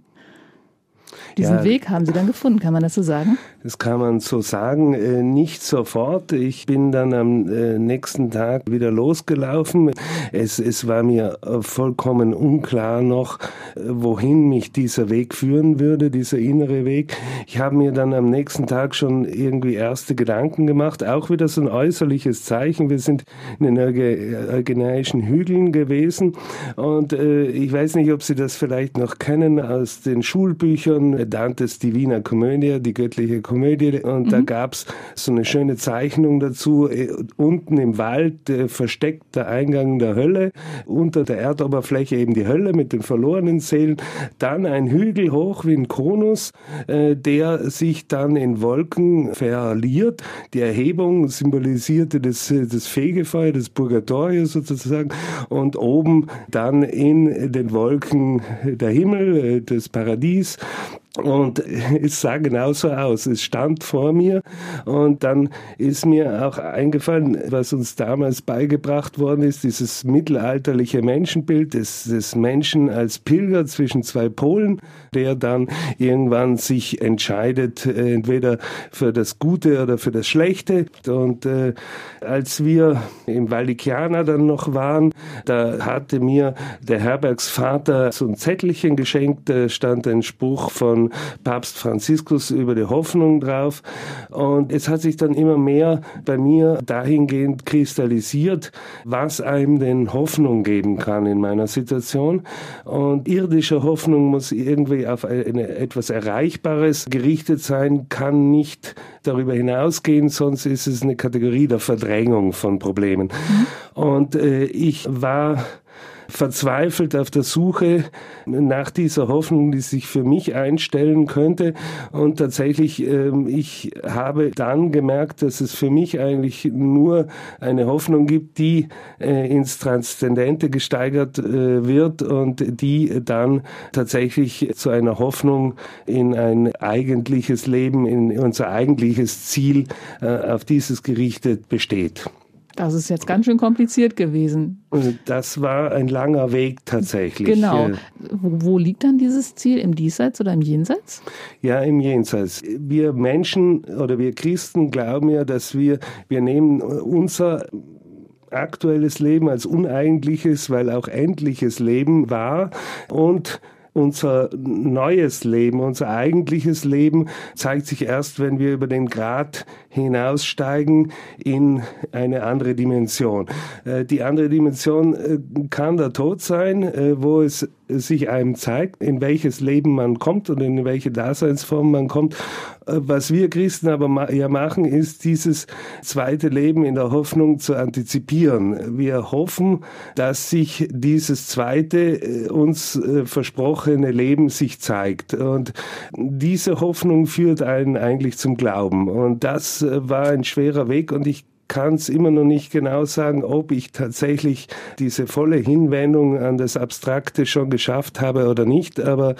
Diesen ja, Weg haben Sie dann gefunden, kann man das so sagen? Das kann man so sagen, äh, nicht sofort. Ich bin dann am äh, nächsten Tag wieder losgelaufen. Es, es war mir äh, vollkommen unklar noch, äh, wohin mich dieser Weg führen würde, dieser innere Weg. Ich habe mir dann am nächsten Tag schon irgendwie erste Gedanken gemacht, auch wieder so ein äußerliches Zeichen. Wir sind in den Eugenaischen Hügeln gewesen und äh, ich weiß nicht, ob Sie das vielleicht noch kennen aus den Schulbüchern, Dantes Divina Commedia, die göttliche Komödie. Und mhm. da gab's so eine schöne Zeichnung dazu. Unten im Wald äh, versteckt der Eingang der Hölle. Unter der Erdoberfläche eben die Hölle mit den verlorenen Seelen. Dann ein Hügel hoch wie ein Konus, äh, der sich dann in Wolken verliert. Die Erhebung symbolisierte das, das Fegefeuer, das Purgatorio sozusagen. Und oben dann in den Wolken der Himmel, das Paradies. Und es sah genauso aus. Es stand vor mir und dann ist mir auch eingefallen, was uns damals beigebracht worden ist, dieses mittelalterliche Menschenbild des, des Menschen als Pilger zwischen zwei Polen, der dann irgendwann sich entscheidet, entweder für das Gute oder für das Schlechte. Und äh, als wir im Val di Chiana dann noch waren, da hatte mir der Herbergsvater so ein Zettelchen geschenkt, da stand ein Spruch von Papst Franziskus über die Hoffnung drauf. Und es hat sich dann immer mehr bei mir dahingehend kristallisiert, was einem denn Hoffnung geben kann in meiner Situation. Und irdische Hoffnung muss irgendwie auf eine, etwas Erreichbares gerichtet sein, kann nicht darüber hinausgehen, sonst ist es eine Kategorie der Verdrängung von Problemen. Mhm. Und äh, ich war verzweifelt auf der Suche nach dieser Hoffnung, die sich für mich einstellen könnte. Und tatsächlich, ähm, ich habe dann gemerkt, dass es für mich eigentlich nur eine Hoffnung gibt, die äh, ins Transzendente gesteigert äh, wird und die dann tatsächlich zu einer Hoffnung in ein eigentliches Leben, in unser eigentliches Ziel, äh, auf dieses gerichtet besteht. Das ist jetzt ganz schön kompliziert gewesen. Das war ein langer Weg tatsächlich. Genau. Wo, wo liegt dann dieses Ziel? Im Diesseits oder im Jenseits? Ja, im Jenseits. Wir Menschen oder wir Christen glauben ja, dass wir, wir nehmen unser aktuelles Leben als uneigentliches, weil auch endliches Leben wahr und unser neues Leben, unser eigentliches Leben zeigt sich erst, wenn wir über den Grat hinaussteigen in eine andere Dimension. Die andere Dimension kann der Tod sein, wo es sich einem zeigt, in welches Leben man kommt und in welche Daseinsform man kommt. Was wir Christen aber ja machen, ist dieses zweite Leben in der Hoffnung zu antizipieren. Wir hoffen, dass sich dieses zweite uns versprochene Leben sich zeigt. Und diese Hoffnung führt einen eigentlich zum Glauben. Und das war ein schwerer Weg und ich kann es immer noch nicht genau sagen, ob ich tatsächlich diese volle Hinwendung an das Abstrakte schon geschafft habe oder nicht, aber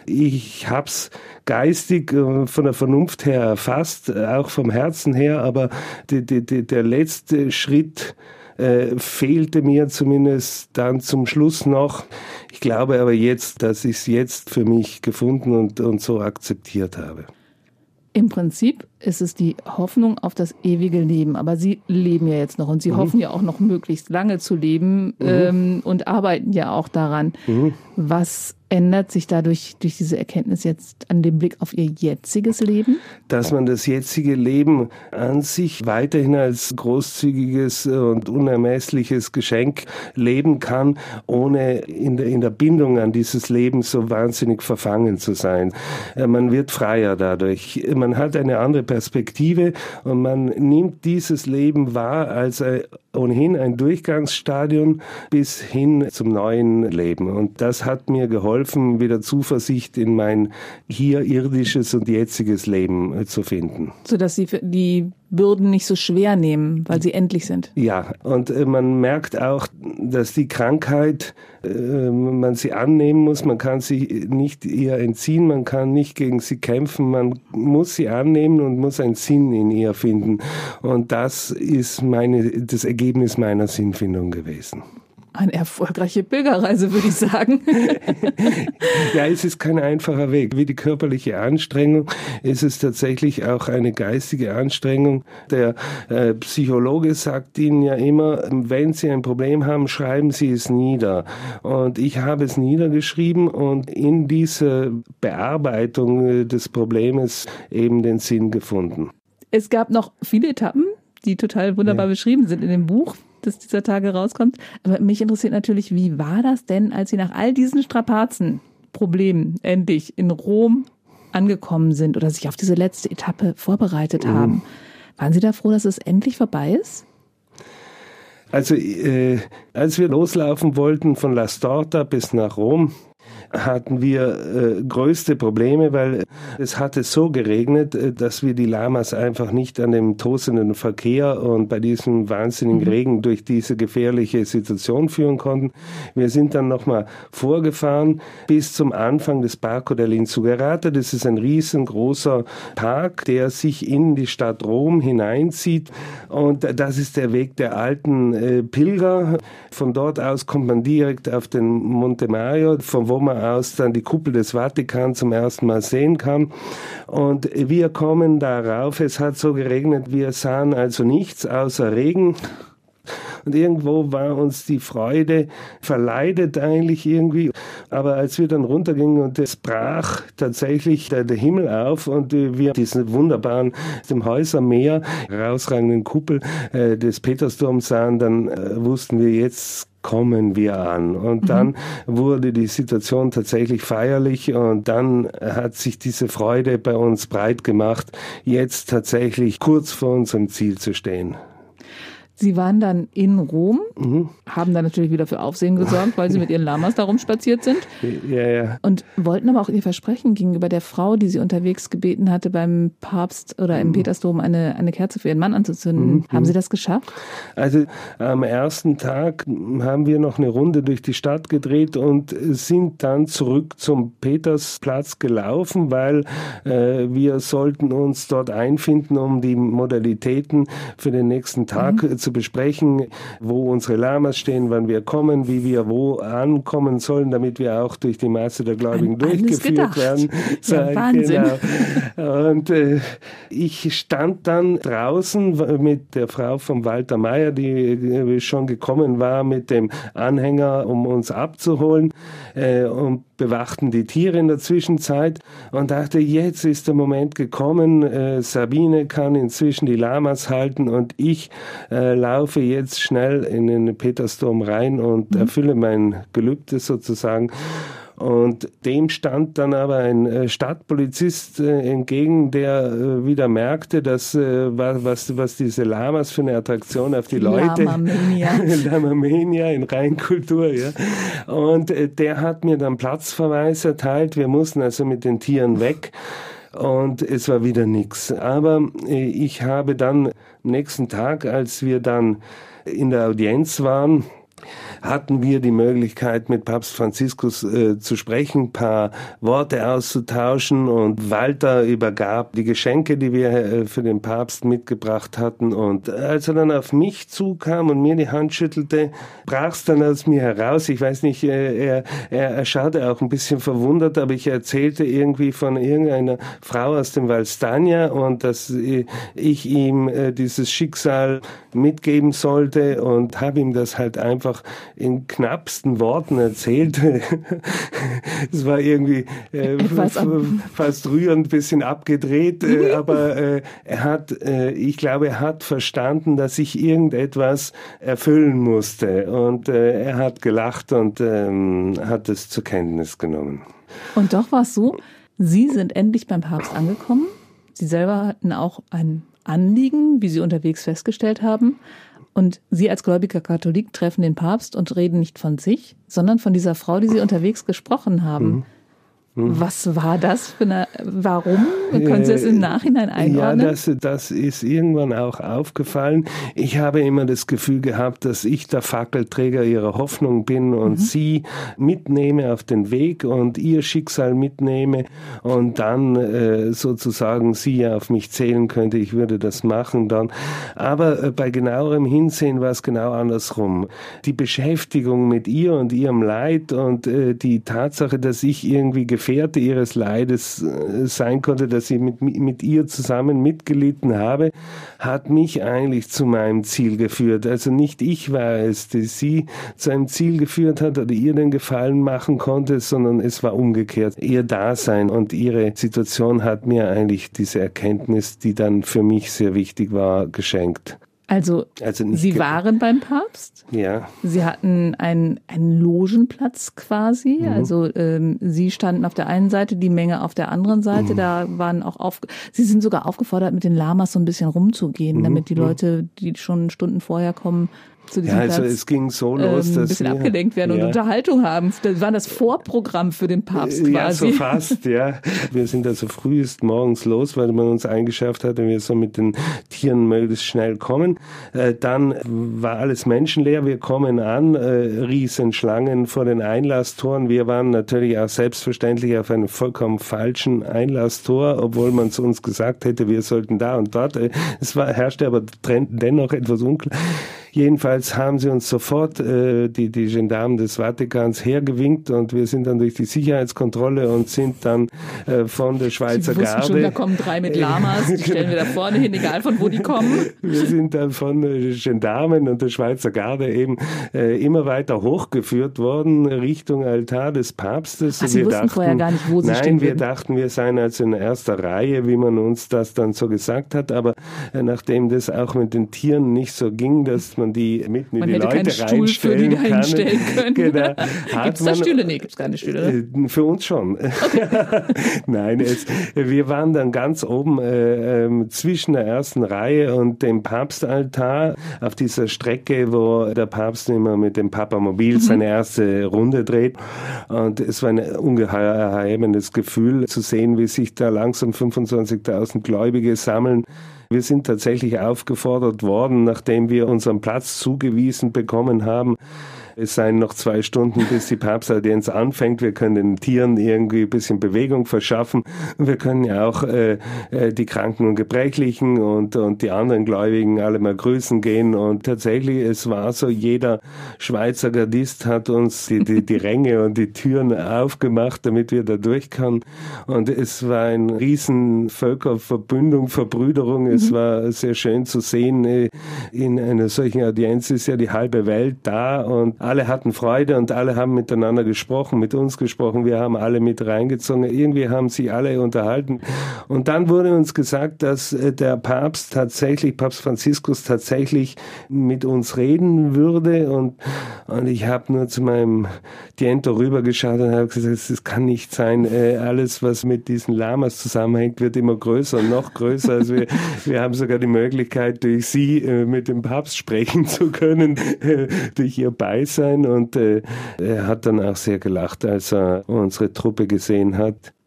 ich habe es geistig von der Vernunft her erfasst, auch vom Herzen her, aber die, die, die, der letzte Schritt äh, fehlte mir zumindest dann zum Schluss noch. Ich glaube aber jetzt, dass ich es jetzt für mich gefunden und, und so akzeptiert habe. Im Prinzip ist es die Hoffnung auf das ewige Leben. Aber Sie leben ja jetzt noch und Sie mhm. hoffen ja auch noch möglichst lange zu leben mhm. ähm, und arbeiten ja auch daran. Mhm. Was ändert sich dadurch durch diese Erkenntnis jetzt an dem Blick auf Ihr jetziges Leben? Dass man das jetzige Leben an sich weiterhin als großzügiges und unermessliches Geschenk leben kann, ohne in der, in der Bindung an dieses Leben so wahnsinnig verfangen zu sein. Man wird freier dadurch. Man hat eine andere Perspektive und man nimmt dieses Leben wahr als ein, ohnehin ein Durchgangsstadion bis hin zum neuen Leben. Und das hat mir geholfen, wieder Zuversicht in mein hier irdisches und jetziges Leben zu finden. Sodass Sie die Bürden nicht so schwer nehmen, weil sie endlich sind. Ja, und äh, man merkt auch, dass die Krankheit, äh, man sie annehmen muss, man kann sie nicht ihr entziehen, man kann nicht gegen sie kämpfen, man muss sie annehmen und muss einen Sinn in ihr finden. Und das ist meine, das Ergebnis meiner Sinnfindung gewesen. Eine erfolgreiche Pilgerreise, würde ich sagen. Ja, es ist kein einfacher Weg. Wie die körperliche Anstrengung ist es tatsächlich auch eine geistige Anstrengung. Der äh, Psychologe sagt Ihnen ja immer, wenn Sie ein Problem haben, schreiben Sie es nieder. Und ich habe es niedergeschrieben und in dieser Bearbeitung des Problems eben den Sinn gefunden. Es gab noch viele Etappen, die total wunderbar ja. beschrieben sind in dem Buch, das dieser Tage rauskommt. Aber mich interessiert natürlich, wie war das denn, als Sie nach all diesen Strapazen, Problemen endlich in Rom angekommen sind oder sich auf diese letzte Etappe vorbereitet haben? Mhm. Waren Sie da froh, dass es endlich vorbei ist? Also, äh, als wir loslaufen wollten von La Storta bis nach Rom, hatten wir äh, größte Probleme, weil es hatte so geregnet, äh, dass wir die Lamas einfach nicht an dem tosenden Verkehr und bei diesem wahnsinnigen mhm. Regen durch diese gefährliche Situation führen konnten. Wir sind dann nochmal vorgefahren bis zum Anfang des Parco dell'Insugerata. Das ist ein riesengroßer Park, der sich in die Stadt Rom hineinzieht. Und das ist der Weg der alten äh, Pilger. Von dort aus kommt man direkt auf den Monte Mario, von wo man aus dann die Kuppel des Vatikan zum ersten Mal sehen kann. Und wir kommen darauf, es hat so geregnet, wir sahen also nichts außer Regen. Und irgendwo war uns die Freude verleidet eigentlich irgendwie. Aber als wir dann runtergingen und es brach tatsächlich der, der Himmel auf und wir diesen wunderbaren, dem Häusermeer, herausragenden Kuppel äh, des Petersdoms sahen, dann äh, wussten wir, jetzt kommen wir an. Und dann mhm. wurde die Situation tatsächlich feierlich und dann hat sich diese Freude bei uns breit gemacht, jetzt tatsächlich kurz vor unserem Ziel zu stehen. Sie waren dann in Rom, mhm. haben dann natürlich wieder für Aufsehen gesorgt, weil Sie mit Ihren Lamas da rumspaziert sind. Ja, ja. Und wollten aber auch Ihr Versprechen gegenüber der Frau, die Sie unterwegs gebeten hatte, beim Papst oder im mhm. Petersdom eine, eine Kerze für Ihren Mann anzuzünden. Mhm. Haben Sie das geschafft? Also am ersten Tag haben wir noch eine Runde durch die Stadt gedreht und sind dann zurück zum Petersplatz gelaufen, weil äh, wir sollten uns dort einfinden, um die Modalitäten für den nächsten Tag mhm. zu besprechen, wo unsere Lamas stehen, wann wir kommen, wie wir wo ankommen sollen, damit wir auch durch die Masse der Gläubigen An durchgeführt werden. Ja, Wahnsinn. Genau. Und äh, ich stand dann draußen mit der Frau von Walter Mayer, die äh, schon gekommen war mit dem Anhänger, um uns abzuholen, äh, und bewachten die Tiere in der Zwischenzeit und dachte, jetzt ist der Moment gekommen, äh, Sabine kann inzwischen die Lamas halten und ich äh, laufe jetzt schnell in den Petersdom rein und mhm. erfülle mein Gelübde sozusagen. Und dem stand dann aber ein Stadtpolizist entgegen, der wieder merkte, dass was, was diese Lamas für eine Attraktion auf die Leute... Lamamania. Lamamania in Reinkultur, ja. Und der hat mir dann Platzverweis erteilt. Wir mussten also mit den Tieren weg. Und es war wieder nichts. Aber ich habe dann am nächsten Tag, als wir dann in der Audienz waren, hatten wir die Möglichkeit, mit Papst Franziskus äh, zu sprechen, ein paar Worte auszutauschen, und Walter übergab die Geschenke, die wir äh, für den Papst mitgebracht hatten, und als er dann auf mich zukam und mir die Hand schüttelte, brach es dann aus mir heraus. Ich weiß nicht, äh, er, er, er schaute auch ein bisschen verwundert, aber ich erzählte irgendwie von irgendeiner Frau aus dem Valstania und dass äh, ich ihm äh, dieses Schicksal mitgeben sollte, und habe ihm das halt einfach in knappsten Worten erzählt. Es war irgendwie äh, f- fast rührend, ein bisschen abgedreht, äh, aber äh, er hat, äh, ich glaube, er hat verstanden, dass ich irgendetwas erfüllen musste, und äh, er hat gelacht und ähm, hat es zur Kenntnis genommen. Und doch war es so, Sie sind endlich beim Papst angekommen. Sie selber hatten auch ein Anliegen, wie Sie unterwegs festgestellt haben. Und Sie als gläubiger Katholik treffen den Papst und reden nicht von sich, sondern von dieser Frau, die Sie unterwegs gesprochen haben. Mhm. Was war das für eine, warum? Können Sie das im Nachhinein einordnen? Ja, das, das ist irgendwann auch aufgefallen. Ich habe immer das Gefühl gehabt, dass ich der Fackelträger ihrer Hoffnung bin und mhm. sie mitnehme auf den Weg und ihr Schicksal mitnehme und dann äh, sozusagen sie auf mich zählen könnte. Ich würde das machen dann. Aber äh, bei genauerem Hinsehen war es genau andersrum. Die Beschäftigung mit ihr und ihrem Leid und äh, die Tatsache, dass ich irgendwie Gefährte ihres Leides äh, sein konnte, dass ich mit, mit ihr zusammen mitgelitten habe, hat mich eigentlich zu meinem Ziel geführt. Also nicht ich war es, die sie zu einem Ziel geführt hat oder ihr den Gefallen machen konnte, sondern es war umgekehrt. Ihr Dasein und ihre Situation hat mir eigentlich diese Erkenntnis, die dann für mich sehr wichtig war, geschenkt. Also, also Sie ge- waren beim Papst? Ja. Sie hatten einen, einen Logenplatz quasi. Mhm. Also ähm, Sie standen auf der einen Seite, die Menge auf der anderen Seite. Mhm. Da waren auch auf. Sie sind sogar aufgefordert, mit den Lamas so ein bisschen rumzugehen, mhm. damit die Leute, die schon Stunden vorher kommen, zu diesem ja, also Platz, es ging so los, ähm, dass ein bisschen wir, abgelenkt werden ja. und Unterhaltung haben. Das war das Vorprogramm für den Papst quasi. Ja, so fast, ja. Wir sind also frühest morgens los, weil man uns eingeschafft hat, wenn wir so mit den Tieren möglichst schnell kommen. Äh, dann war alles menschenleer. Wir kommen an, äh, riesen Schlangen vor den Einlasstoren. Wir waren natürlich auch selbstverständlich auf einem vollkommen falschen Einlasstor, obwohl man zu uns gesagt hätte, wir sollten da und dort. Es war, herrschte aber dennoch etwas unklar. Jedenfalls haben sie uns sofort äh, die, die Gendarmen des Vatikans hergewinkt und wir sind dann durch die Sicherheitskontrolle und sind dann äh, von der Schweizer Sie wussten Garde. Schon, da kommen drei mit Lamas, die stellen wir da vorne hin, egal von wo die kommen. Wir sind dann von äh, Gendarmen und der Schweizer Garde eben äh, immer weiter hochgeführt worden Richtung Altar des Papstes. Ach, Sie wir wussten dachten, vorher gar nicht, wo Sie nein, stehen Nein, wir würden. dachten, wir seien also in erster Reihe, wie man uns das dann so gesagt hat, aber äh, nachdem das auch mit den Tieren nicht so ging, dass man die mitten in man die hätte Leute keinen Stuhl für die da hinstellen können. Genau. Gibt es da Stühle? Nee, gibt es keine Stühle. Oder? Für uns schon. Okay. Nein, es, wir waren dann ganz oben äh, äh, zwischen der ersten Reihe und dem Papstaltar auf dieser Strecke, wo der Papst immer mit dem Papamobil mhm. seine erste Runde dreht. Und es war ein ungeheuer erhebendes Gefühl zu sehen, wie sich da langsam fünfundzwanzigtausend Gläubige sammeln. Wir sind tatsächlich aufgefordert worden, nachdem wir unseren Platz zugewiesen bekommen haben. Es seien noch zwei Stunden, bis die Papstaudienz anfängt. Wir können den Tieren irgendwie ein bisschen Bewegung verschaffen. Und wir können ja auch äh, die Kranken und Gebrechlichen und, und die anderen Gläubigen alle mal grüßen gehen. Und tatsächlich, es war so, jeder Schweizer Gardist hat uns die, die, die Ränge und die Türen aufgemacht, damit wir da durch können. Und es war eine riesen Völkerverbündung, Verbrüderung. Es mhm. war sehr schön zu sehen. In einer solchen Audienz ist ja die halbe Welt da und alle hatten Freude und alle haben miteinander gesprochen, mit uns gesprochen. Wir haben alle mit reingezogen. Irgendwie haben sich alle unterhalten. Und dann wurde uns gesagt, dass der Papst tatsächlich, Papst Franziskus tatsächlich mit uns reden würde. Und, und ich habe nur zu meinem Diento rübergeschaut und habe gesagt, das kann nicht sein. Alles, was mit diesen Lamas zusammenhängt, wird immer größer und noch größer. Also wir, wir haben sogar die Möglichkeit, durch sie mit dem Papst sprechen zu können, durch ihr Beisein. Und äh, er hat dann auch sehr gelacht, als er unsere Truppe gesehen hat.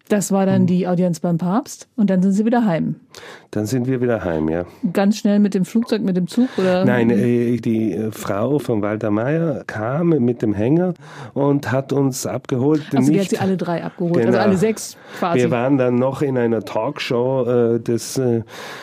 Das war dann die Audienz beim Papst und dann sind Sie wieder heim. Dann sind wir wieder heim, ja. Ganz schnell mit dem Flugzeug, mit dem Zug? Oder? Nein, äh, die äh, Frau von Walter Mayer kam mit dem Hänger und hat uns abgeholt. Also die nicht, hat Sie alle drei abgeholt, genau. Also alle sechs quasi. Wir waren dann noch in einer Talkshow äh, des äh,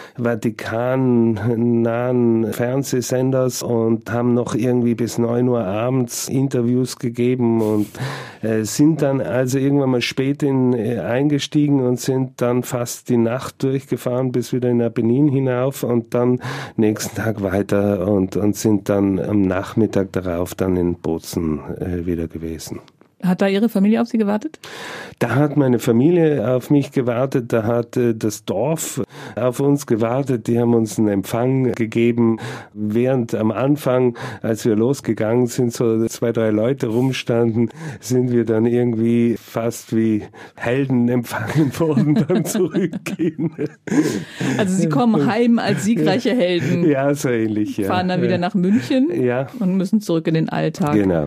Vatikan-nahen Fernsehsenders und haben noch irgendwie bis neun Uhr abends Interviews gegeben und äh, sind dann also irgendwann mal spät in, äh, eingestiegen und sind dann fast die Nacht durchgefahren bis wieder in Apennin hinauf und dann nächsten Tag weiter und, und sind dann am Nachmittag darauf dann in Bozen äh, wieder gewesen. Hat da Ihre Familie auf Sie gewartet? Da hat meine Familie auf mich gewartet, da hat äh, das Dorf auf uns gewartet, die haben uns einen Empfang gegeben. Während am Anfang, als wir losgegangen sind, so zwei, drei Leute rumstanden, sind wir dann irgendwie fast wie Helden empfangen worden beim Zurückgehen. Also Sie kommen heim als siegreiche Helden. Ja, so ähnlich. Ja. Fahren dann wieder nach München ja. und müssen zurück in den Alltag. Genau.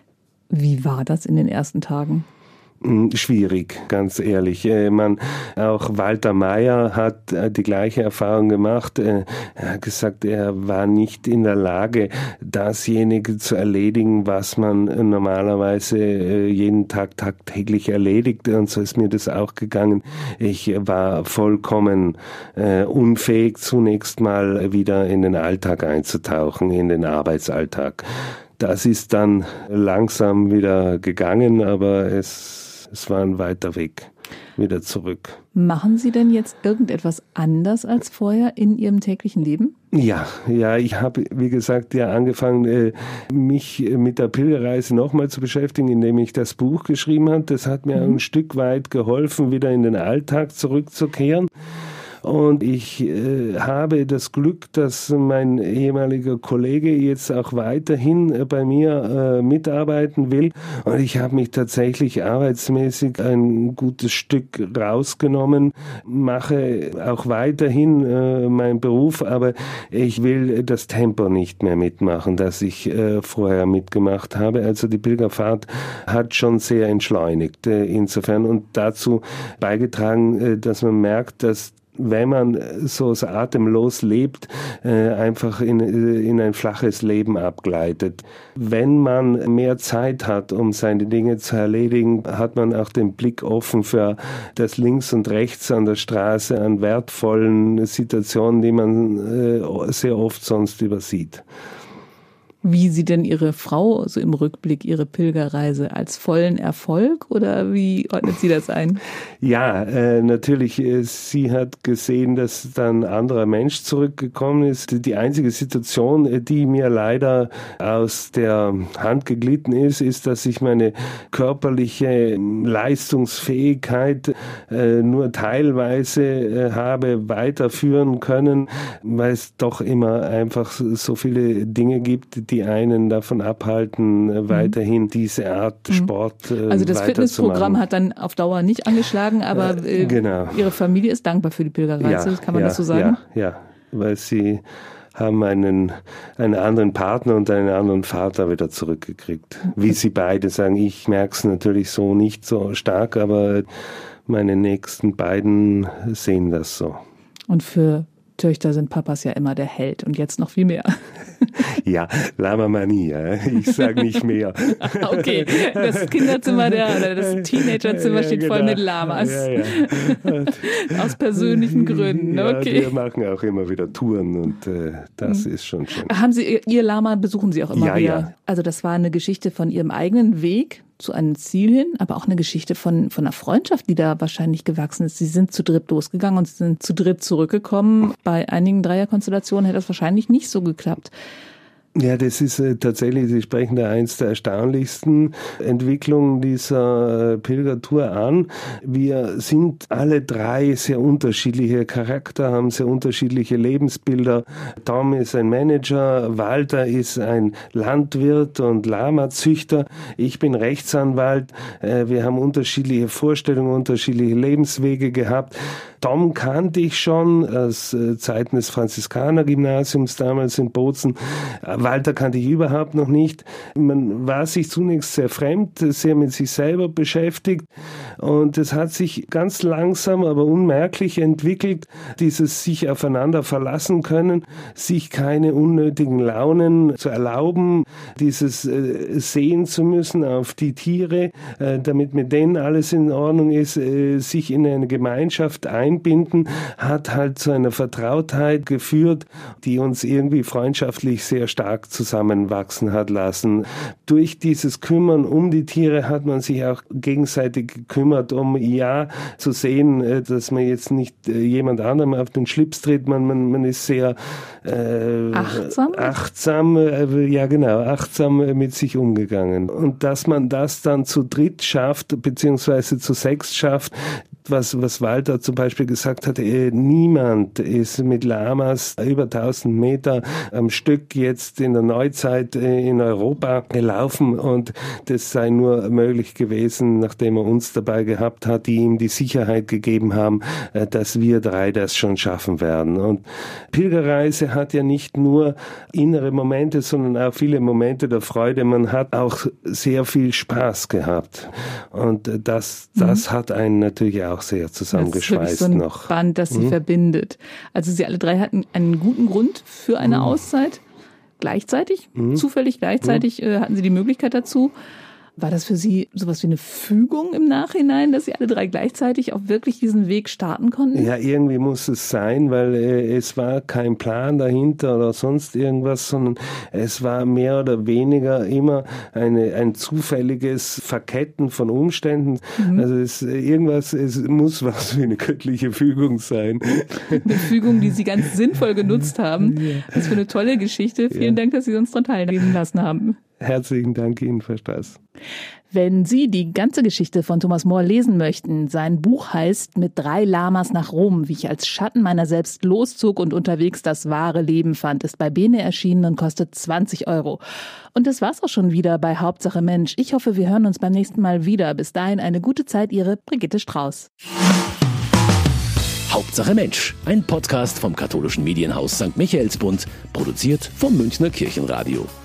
Wie war das in den ersten Tagen? Schwierig, ganz ehrlich. Man, auch Walter Mayer hat die gleiche Erfahrung gemacht. Er hat gesagt, er war nicht in der Lage, dasjenige zu erledigen, was man normalerweise jeden Tag tagtäglich erledigt. Und so ist mir das auch gegangen. Ich war vollkommen unfähig, zunächst mal wieder in den Alltag einzutauchen, in den Arbeitsalltag. Das ist dann langsam wieder gegangen, aber es, es war ein weiter Weg wieder zurück. Machen Sie denn jetzt irgendetwas anders als vorher in Ihrem täglichen Leben? Ja, ja, ich habe, wie gesagt, ja angefangen, mich mit der Pilgerreise nochmal zu beschäftigen, indem ich das Buch geschrieben habe. Das hat mir mhm. ein Stück weit geholfen, wieder in den Alltag zurückzukehren. Und ich äh, habe das Glück, dass mein ehemaliger Kollege jetzt auch weiterhin äh, bei mir äh, mitarbeiten will. Und ich habe mich tatsächlich arbeitsmäßig ein gutes Stück rausgenommen, mache auch weiterhin äh, meinen Beruf, aber ich will das Tempo nicht mehr mitmachen, das ich äh, vorher mitgemacht habe. Also die Pilgerfahrt hat schon sehr entschleunigt äh, insofern und dazu beigetragen, äh, dass man merkt, dass wenn man so atemlos lebt, äh, einfach in, in ein flaches Leben abgleitet. Wenn man mehr Zeit hat, um seine Dinge zu erledigen, hat man auch den Blick offen für das Links und Rechts an der Straße an wertvollen Situationen, die man äh, sehr oft sonst übersieht. Wie sieht denn Ihre Frau so im Rückblick ihre Pilgerreise als vollen Erfolg oder wie ordnet sie das ein? Ja, äh, natürlich. Äh, sie hat gesehen, dass dann ein anderer Mensch zurückgekommen ist. Die einzige Situation, die mir leider aus der Hand geglitten ist, ist, dass ich meine körperliche Leistungsfähigkeit äh, nur teilweise äh, habe weiterführen können, weil es doch immer einfach so viele Dinge gibt, die einen davon abhalten, mhm. weiterhin diese Art mhm. Sport äh, Also das Fitnessprogramm hat dann auf Dauer nicht angeschlagen, aber äh, genau. Ihre Familie ist dankbar für die Pilgerreise, ja, kann man ja, das so sagen? Ja, ja, weil sie haben einen, einen anderen Partner und einen anderen Vater wieder zurückgekriegt. Wie sie beide sagen, ich merke es natürlich so nicht so stark, aber meine nächsten beiden sehen das so. Und für Töchter sind Papas ja immer der Held und jetzt noch viel mehr. Ja, Lama Mani, ich sage nicht mehr. Okay, das Kinderzimmer der, oder das Teenagerzimmer ja, steht genau. voll mit Lamas. Ja, ja. Aus persönlichen Gründen, okay. Ja, wir machen auch immer wieder Touren und äh, das mhm. ist schon schön. Haben Sie, Ihr Lama besuchen Sie auch immer ja, wieder? Ja. Also das war eine Geschichte von Ihrem eigenen Weg zu einem Ziel hin, aber auch eine Geschichte von, von einer Freundschaft, die da wahrscheinlich gewachsen ist. Sie sind zu dritt losgegangen und sind zu dritt zurückgekommen. Bei einigen Dreierkonstellationen hätte das wahrscheinlich nicht so geklappt. Ja, das ist äh, tatsächlich, Sie sprechen da eins der erstaunlichsten Entwicklungen dieser äh, Pilgertour an. Wir sind alle drei sehr unterschiedliche Charakter, haben sehr unterschiedliche Lebensbilder. Tom ist ein Manager, Walter ist ein Landwirt und Lama-Züchter. Ich bin Rechtsanwalt. Äh, wir haben unterschiedliche Vorstellungen, unterschiedliche Lebenswege gehabt. Tom kannte ich schon aus äh, Zeiten des Franziskaner-Gymnasiums damals in Bozen. Walter kannte ich überhaupt noch nicht. Man war sich zunächst sehr fremd, sehr mit sich selber beschäftigt und es hat sich ganz langsam, aber unmerklich entwickelt, dieses sich aufeinander verlassen können, sich keine unnötigen Launen zu erlauben, dieses äh, sehen zu müssen auf die Tiere, äh, damit mit denen alles in Ordnung ist, äh, sich in eine Gemeinschaft einbinden, hat halt zu einer Vertrautheit geführt, die uns irgendwie freundschaftlich sehr stark zusammenwachsen hat lassen. Durch dieses Kümmern um die Tiere hat man sich auch gegenseitig gekümmert, um ja zu sehen, äh, dass man jetzt nicht äh, jemand anderem auf den Schlips tritt. Man, man, man ist sehr äh, achtsam, achtsam äh, ja genau, achtsam äh, mit sich umgegangen. Und dass man das dann zu dritt schafft, beziehungsweise zu sechs schafft, was, was Walter zum Beispiel gesagt hat, äh, niemand ist mit Lamas über tausend Meter am Stück jetzt in der Neuzeit äh, in Europa gelaufen und das sei nur möglich gewesen, nachdem er uns dabei gehabt hat, die ihm die Sicherheit gegeben haben, äh, dass wir drei das schon schaffen werden. Und Pilgerreise hat ja nicht nur innere Momente, sondern auch viele Momente der Freude. Man hat auch sehr viel Spaß gehabt und äh, das, das mhm. hat einen natürlich auch auch sehr zusammengeschweißt das ist so ein noch. Band, das sie mhm. verbindet. Also sie alle drei hatten einen guten Grund für eine mhm. Auszeit. Gleichzeitig, mhm. zufällig gleichzeitig mhm. äh, hatten sie die Möglichkeit dazu. War das für Sie sowas wie eine Fügung im Nachhinein, dass Sie alle drei gleichzeitig auch wirklich diesen Weg starten konnten? Ja, irgendwie muss es sein, weil äh, es war kein Plan dahinter oder sonst irgendwas, sondern es war mehr oder weniger immer eine, ein zufälliges Verketten von Umständen. Mhm. Also es, irgendwas, es muss was wie eine göttliche Fügung sein. Eine Fügung, die Sie ganz sinnvoll genutzt haben. Ja. Das ist für eine tolle Geschichte. Vielen ja. Dank, dass Sie uns daran teilnehmen lassen haben. Herzlichen Dank Ihnen für Spaß. Wenn Sie die ganze Geschichte von Thomas More lesen möchten, sein Buch heißt Mit drei Lamas nach Rom, wie ich als Schatten meiner selbst loszog und unterwegs das wahre Leben fand, ist bei Bene erschienen und kostet zwanzig Euro. Und das war's auch schon wieder bei Hauptsache Mensch. Ich hoffe, wir hören uns beim nächsten Mal wieder. Bis dahin eine gute Zeit, Ihre Brigitte Strauß. Hauptsache Mensch, ein Podcast vom katholischen Medienhaus Sankt Michaelsbund, produziert vom Münchner Kirchenradio.